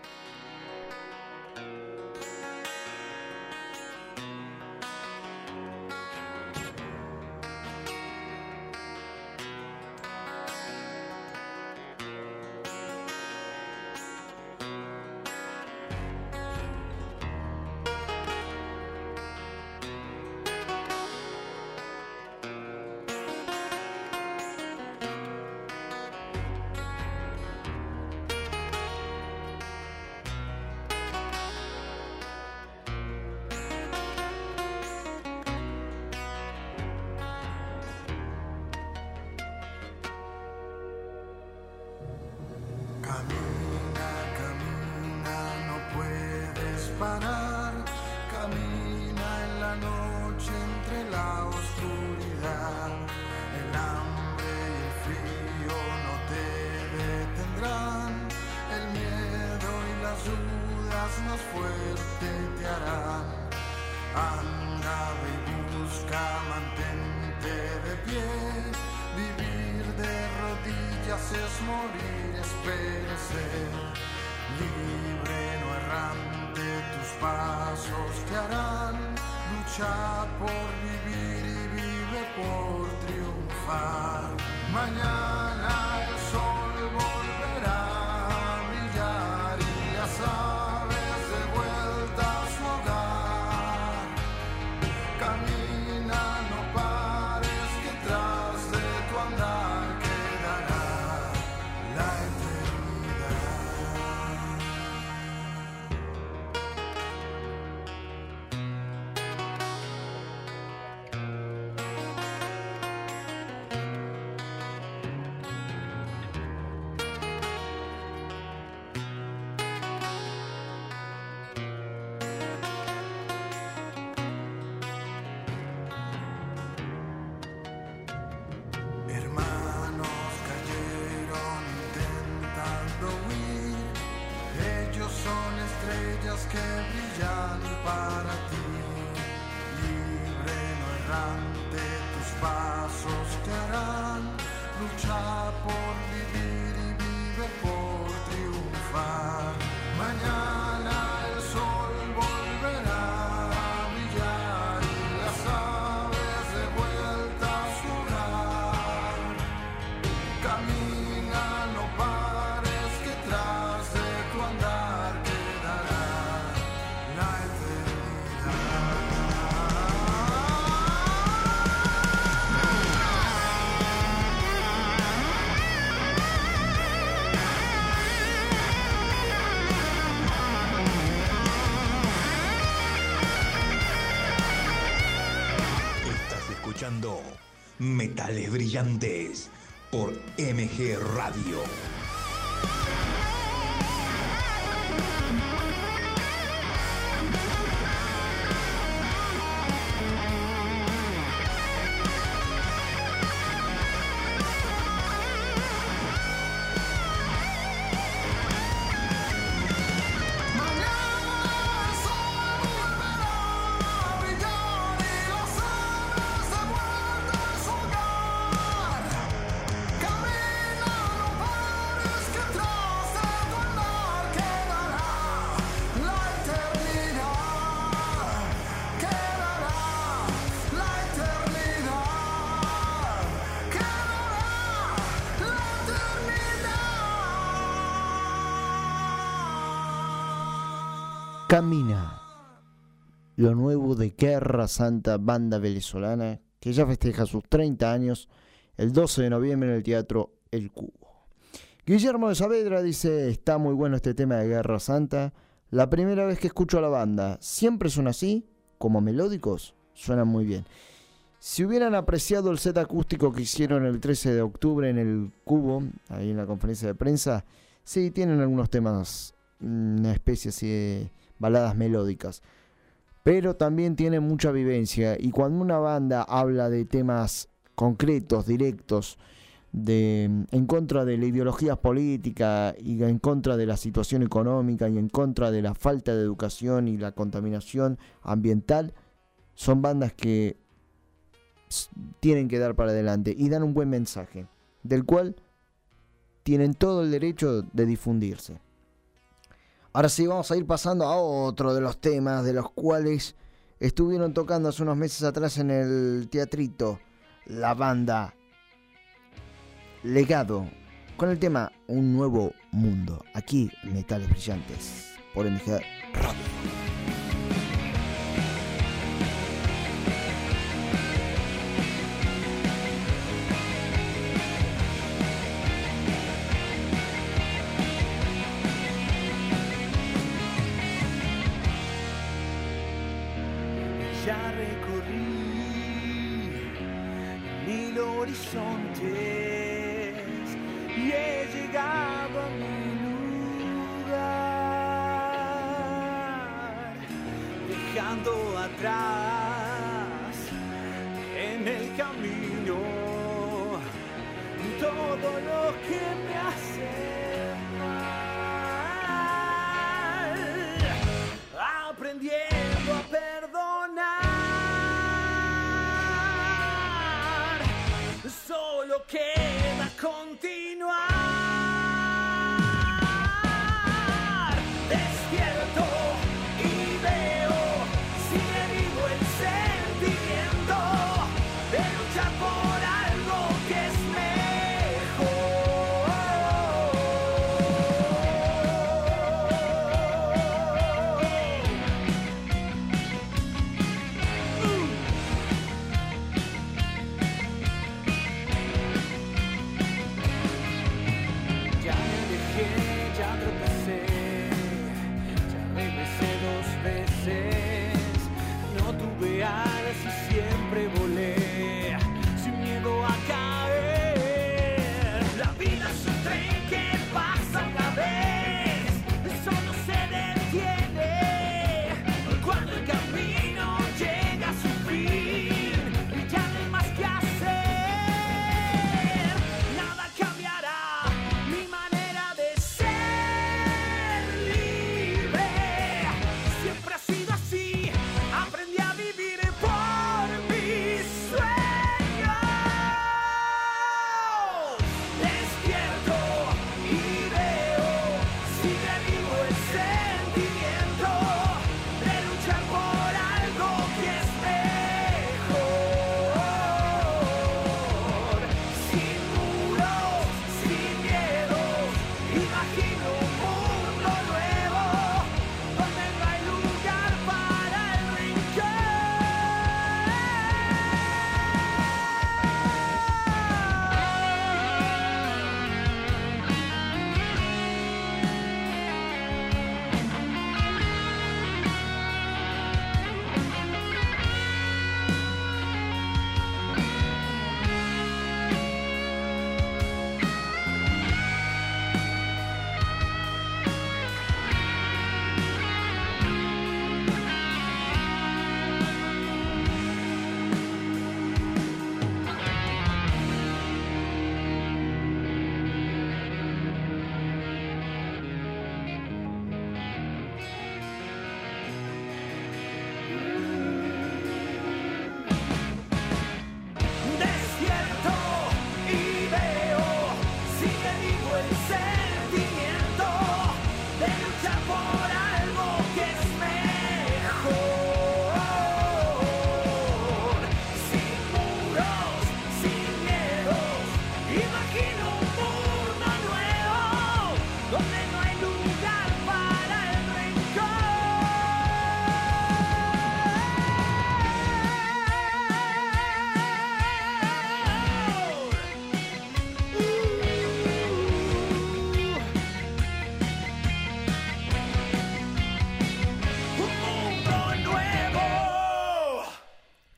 parar. Camina en la noche entre la oscuridad. El hambre y el frío no te detendrán. El miedo y las dudas más fuerte te harán. Anda, ve y busca, mantente de pie. Vivir de rodillas es morir, es perecer. Libre, no errante, tus pasos te harán. Lucha por vivir y vive por triunfar. Mañana el sol volverá a brillar y las aves de vuelta a su hogar. Camina, no pares, que tras de tu andar quedará la eternidad. te harán luchar por vivir y vive por triunfar. Mañana el sol volverá a brillar y las aves de vuelta a su hogar. Camina, no pares, que tras de tu andar quedará la eternidad. Estás escuchando Metales Brillantes por MG Radio. Camina, lo nuevo de Guerra Santa, banda venezolana que ya festeja sus 30 años el 12 de noviembre en el Teatro El Cubo. Guillermo de Saavedra dice: está muy bueno este tema de Guerra Santa, la primera vez que escucho a la banda, siempre son así, como melódicos, suenan muy bien. Si hubieran apreciado el set acústico que hicieron el 13 de octubre en el Cubo, ahí en la conferencia de prensa, sí, tienen algunos temas, una especie así de baladas melódicas, pero también tiene mucha vivencia, y cuando una banda habla de temas concretos, directos, en contra de la ideología política y en contra de la situación económica y en contra de la falta de educación y la contaminación ambiental, son bandas que tienen que dar para adelante y dan un buen mensaje, del cual tienen todo el derecho de difundirse. Ahora sí, vamos a ir pasando a otro de los temas de los cuales estuvieron tocando hace unos meses atrás en el teatrito, la banda Legado, con el tema Un Nuevo Mundo. Aquí, Metales Brillantes, por MG Radio. Ya recorrí 1000 horizontes y he llegado a mi lugar, dejando atrás en el camino todo lo que me hace mal, aprendiendo a perdonar, solo queda continuar. Despierto y veo, sigue vivo el sentimiento de luchar por algo que es mejor.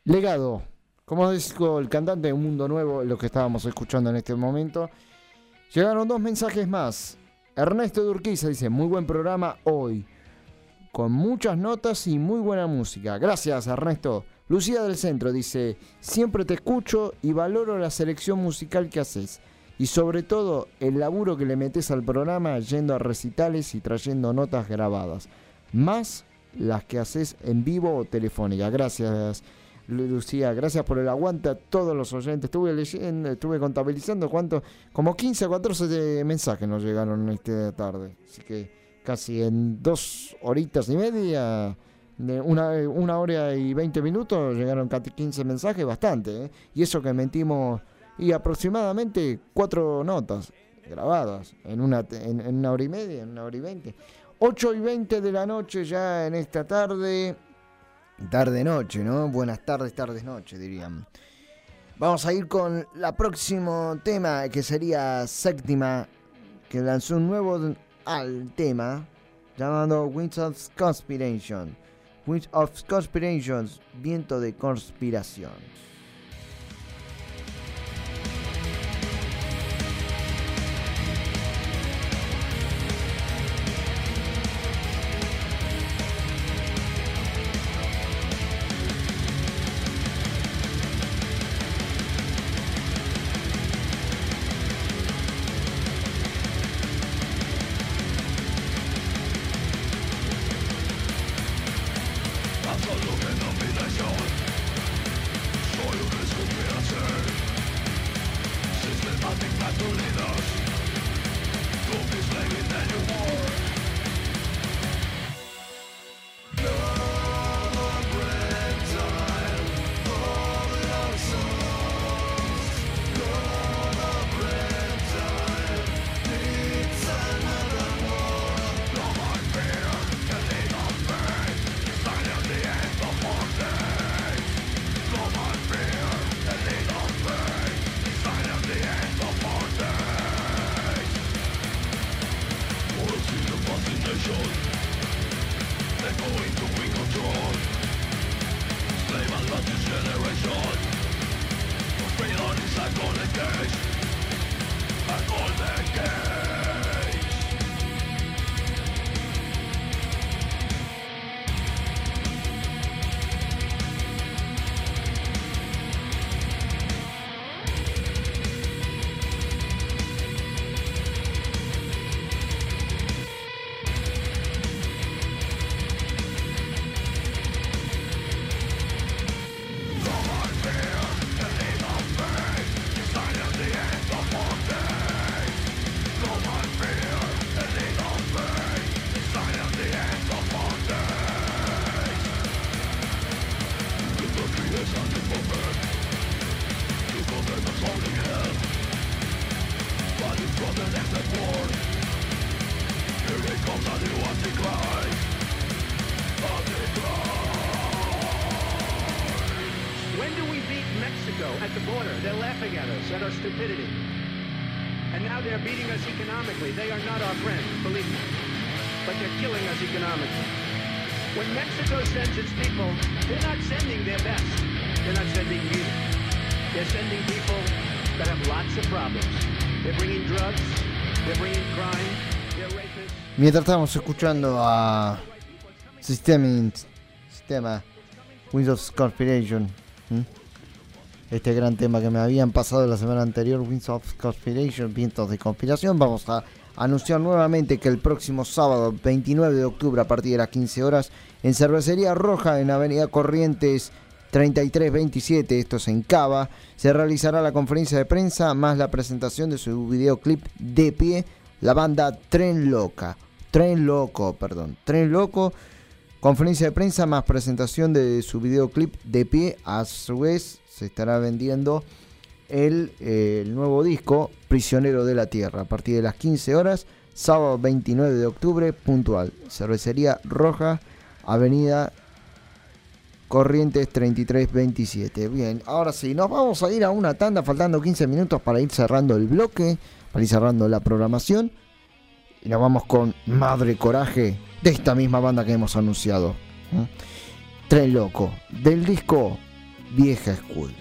Legado, como dijo el cantante de Un Mundo Nuevo, lo que estábamos escuchando en este momento. Llegaron 2 mensajes más. Ernesto de Urquiza dice, muy buen programa hoy, con muchas notas y muy buena música. Gracias, Ernesto. Lucía del Centro dice, siempre te escucho y valoro la selección musical que haces. Y sobre todo, el laburo que le metes al programa yendo a recitales y trayendo notas grabadas. Más las que haces en vivo o telefónica. Gracias, Lucía. Gracias por el aguante a todos los oyentes. Estuve contabilizando como 15 o 14 mensajes nos llegaron esta tarde. Así que casi en 2 horitas y media, una hora y 20 minutos, llegaron casi 15 mensajes, bastante, ¿eh? Y eso que mentimos, y aproximadamente 4 notas grabadas en una hora y media, en una hora y 20. 8:20 de la noche ya en esta tarde. Tarde-noche, ¿no? Buenas tardes, tardes-noche, dirían. Vamos a ir con el próximo tema, que sería Séptima, que lanzó un nuevo tema llamado Winds of Conspiration. Winds of Conspiration, viento de conspiración. Mientras estábamos escuchando a Sistema Winds of Conspiration, este gran tema que me habían pasado la semana anterior, Winds of Conspiration, vientos de conspiración, vamos a anunciar nuevamente que el próximo sábado 29 de octubre a partir de las 15 horas en Cervecería Roja en Avenida Corrientes 3327, esto es en Cava, se realizará la conferencia de prensa más la presentación de su videoclip De Pie, la banda Tren Loco, conferencia de prensa más presentación de su videoclip De Pie. A su vez se estará vendiendo el nuevo disco Prisionero de la Tierra a partir de las 15 horas, sábado 29 de octubre, puntual, Cervecería Roja, Avenida Corrientes 3327. Bien, ahora sí, nos vamos a ir a una tanda, faltando 15 minutos para ir cerrando el bloque, para ir cerrando la programación. Y nos vamos con Madre Coraje, de esta misma banda que hemos anunciado. Tren Loco, del disco vieja escuela.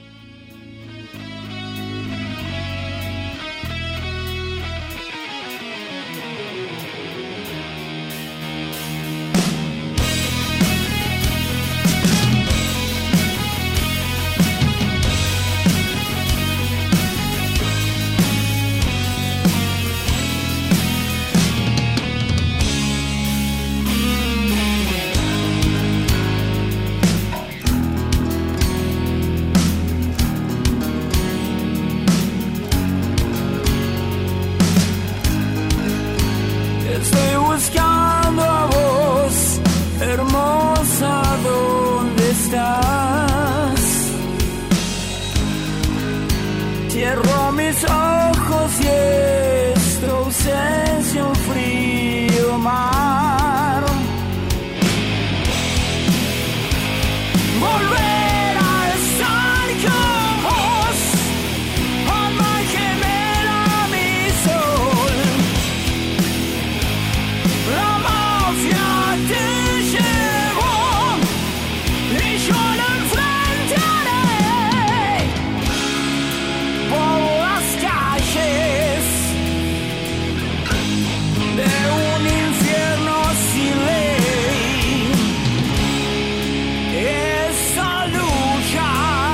Estoy buscando a vos, hermosa, ¿dónde estás? Cierro mis ojos y es tu ausencia un frío mar. Volver a estar con vos, alma gemela, mi sol. La mafia te llevó y yo la enfrentaré por las calles de un infierno sin ley. Esa lucha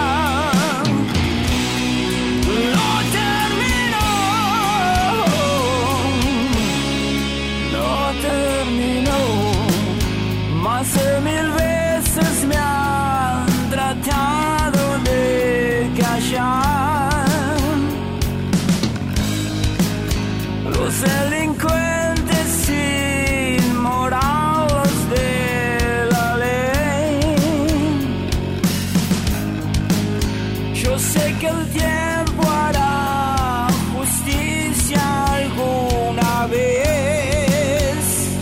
no terminó. No terminó, más de 1000 veces me han tratado de callar. Los delincuentes sin moral, los de la ley. Yo sé que el tiempo hará justicia alguna vez.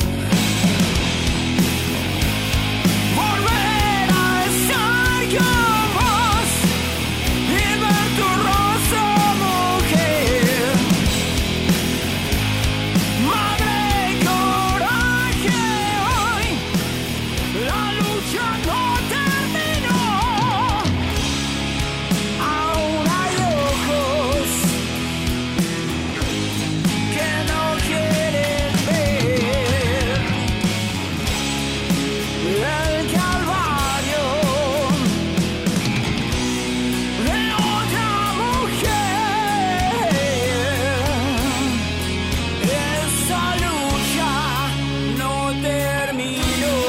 Volver a estar con vos y ver tu rostro, mujer. Madre, coraje hoy, la lucha no terminó. Aún hay ojos que no quieren ver el calvario de otra mujer. Esa lucha no terminó.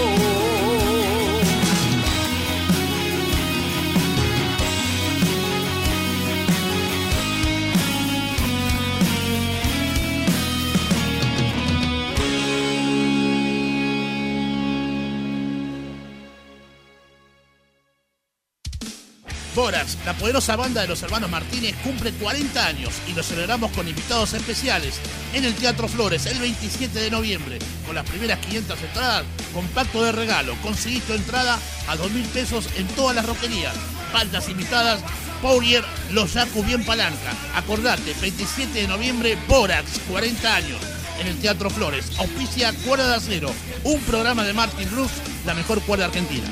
Borax, la poderosa banda de los hermanos Martínez, cumple 40 años y lo celebramos con invitados especiales en el Teatro Flores el 27 de noviembre. Con las primeras 500 entradas, con pacto de regalo. Conseguís tu entrada a 2.000 pesos en todas las roquerías. Bandas invitadas: Pourier, Los Yacu, Bien Palanca. Acordate, 27 de noviembre, Borax, 40 años, en el Teatro Flores. Auspicia Cuerda de Acero, un programa de Martin Blues, la mejor cuerda argentina.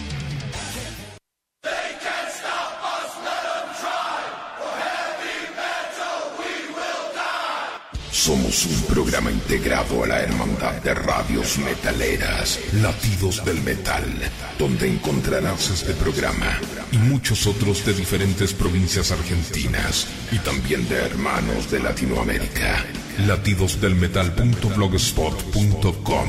Somos un programa integrado a la Hermandad de Radios Metaleras, Latidos del Metal, donde encontrarás este programa y muchos otros de diferentes provincias argentinas y también de hermanos de Latinoamérica. Latidosdelmetal.blogspot.com.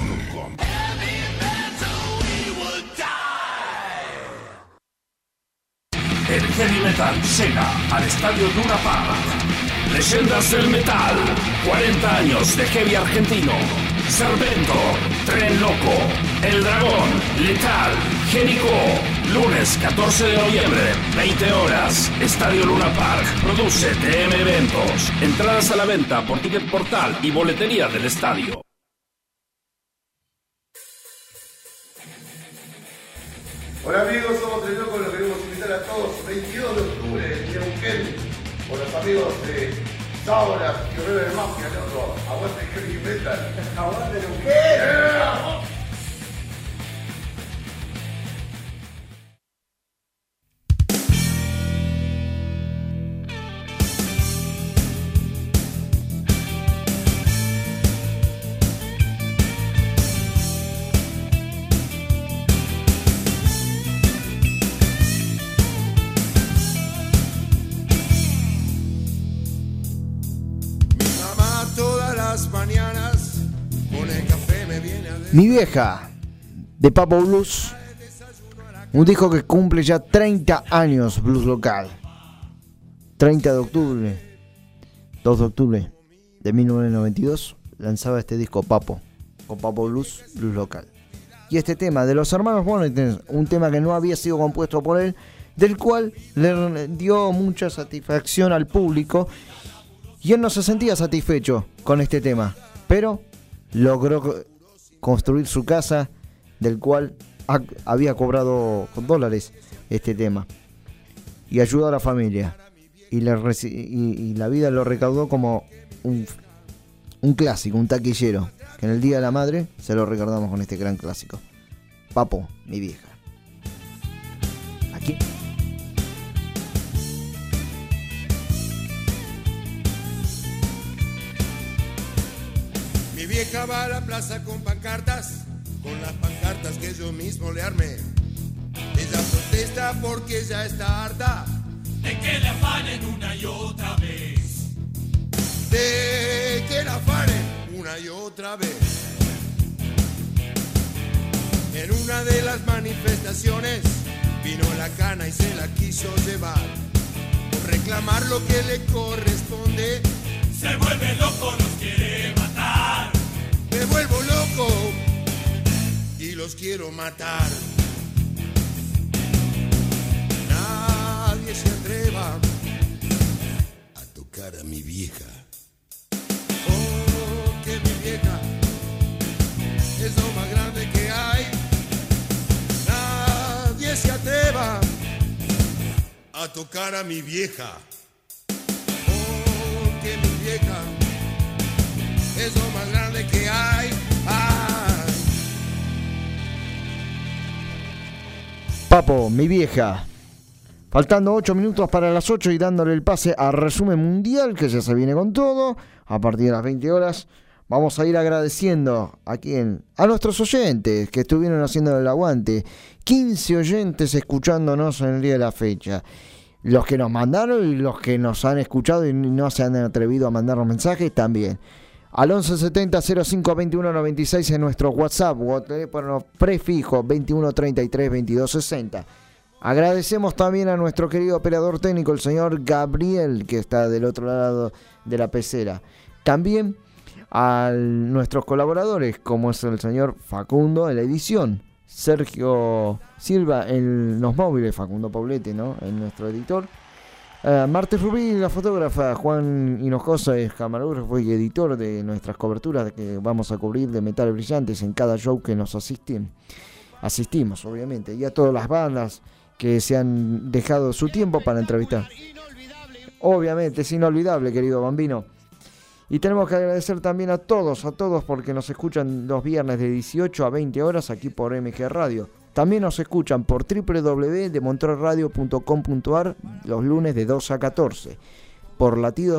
El heavy metal llega al estadio Luna Park. Leyendas del metal, 40 años de heavy argentino. Servento, Tren Loco, El Dragón, Letal, Génico. Lunes 14 de noviembre, 20 horas, Estadio Luna Park. Produce TM Eventos. Entradas a la venta por Ticket Portal y boletería del estadio. Hola amigos, somos Tres Locos, los queremos invitar a todos 22 de octubre en Neuquén, con los amigos de Sauras, Guerrero del Mafia, loco. Aguante heavy metal. Aguante Neuquén. las mañanas con el café me viene a Mi vieja, de Papo Blues. Un disco que cumple ya 30 años, blues local. 30 de octubre, 2 de octubre de 1992, lanzaba este disco Papo, con Papo Blues, blues local. Y este tema de los hermanos Bonnet, un tema que no había sido compuesto por él, del cual le dio mucha satisfacción al público, y él no se sentía satisfecho con este tema, pero logró construir su casa, del cual había cobrado con dólares este tema, y ayudó a la familia, y la vida lo recaudó como un clásico, un taquillero, que en el Día de la Madre se lo recordamos con este gran clásico. Papo, mi vieja. Aquí. Mi vieja va a la plaza con pancartas, con las pancartas que yo mismo le armé. Ella protesta porque ya está harta de que le afanen una y otra vez. De que la afanen una y otra vez. En una de las manifestaciones vino la cana y se la quiso llevar. Por reclamar lo que le corresponde, se vuelve loco, los quiere matar. Me vuelvo loco y los quiero matar. Nadie se atreva a tocar a mi vieja. Oh, que mi vieja es lo más grande que hay. Nadie se atreva a tocar a mi vieja. Oh, que mi vieja es lo más grande que hay. Ay. Papo, mi vieja. Faltando 8 minutos para las 8 y dándole el pase a Resumen Mundial, que ya se viene con todo. A partir de las 20 horas vamos a ir agradeciendo a nuestros oyentes que estuvieron haciendo el aguante. 15 oyentes escuchándonos en el día de la fecha. Los que nos mandaron y los que nos han escuchado y no se han atrevido a mandarnos mensajes también. Al 1170 05 21 96 en nuestro WhatsApp o teléfono prefijo 21 33 22 60. Agradecemos también a nuestro querido operador técnico, el señor Gabriel, que está del otro lado de la pecera. También a nuestros colaboradores, como es el señor Facundo en la edición, Sergio Silva en los móviles, Facundo Paulete, ¿no?, en nuestro editor. Martes Rubí, la fotógrafa, Juan Hinojosa es camarógrafo y editor de nuestras coberturas que vamos a cubrir de Metales Brillantes en cada show que nos asistimos, obviamente, y a todas las bandas que se han dejado su tiempo para entrevistar. Obviamente, es inolvidable, querido Bambino. Y tenemos que agradecer también a todos porque nos escuchan los viernes de 18 a 20 horas aquí por MG Radio. También nos escuchan por www.demontrerradio.com.ar los lunes de 2 a 14. Por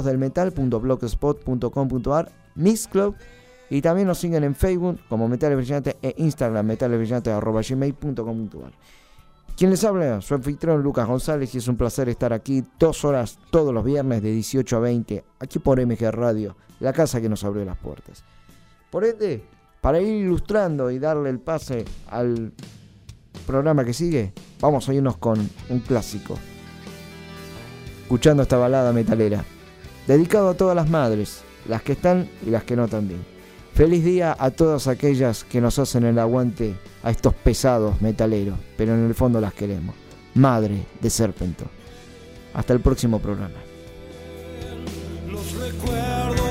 latidosdelmetal.blogspot.com.ar, Mixclub. Y también nos siguen en Facebook como Metales Brillantes e Instagram metalesbrillantes@gmail.com.ar. Quien les habla, su anfitrión Lucas González, y es un placer estar aquí 2 horas todos los viernes de 18 a 20, aquí por MG Radio, la casa que nos abrió las puertas. Por ende, para ir ilustrando y darle el pase al programa que sigue, vamos a irnos con un clásico, escuchando esta balada metalera, dedicado a todas las madres, las que están y las que no también. Feliz día a todas aquellas que nos hacen el aguante a estos pesados metaleros, pero en el fondo las queremos. Madre de Serpento. Hasta el próximo programa. Los recuerdos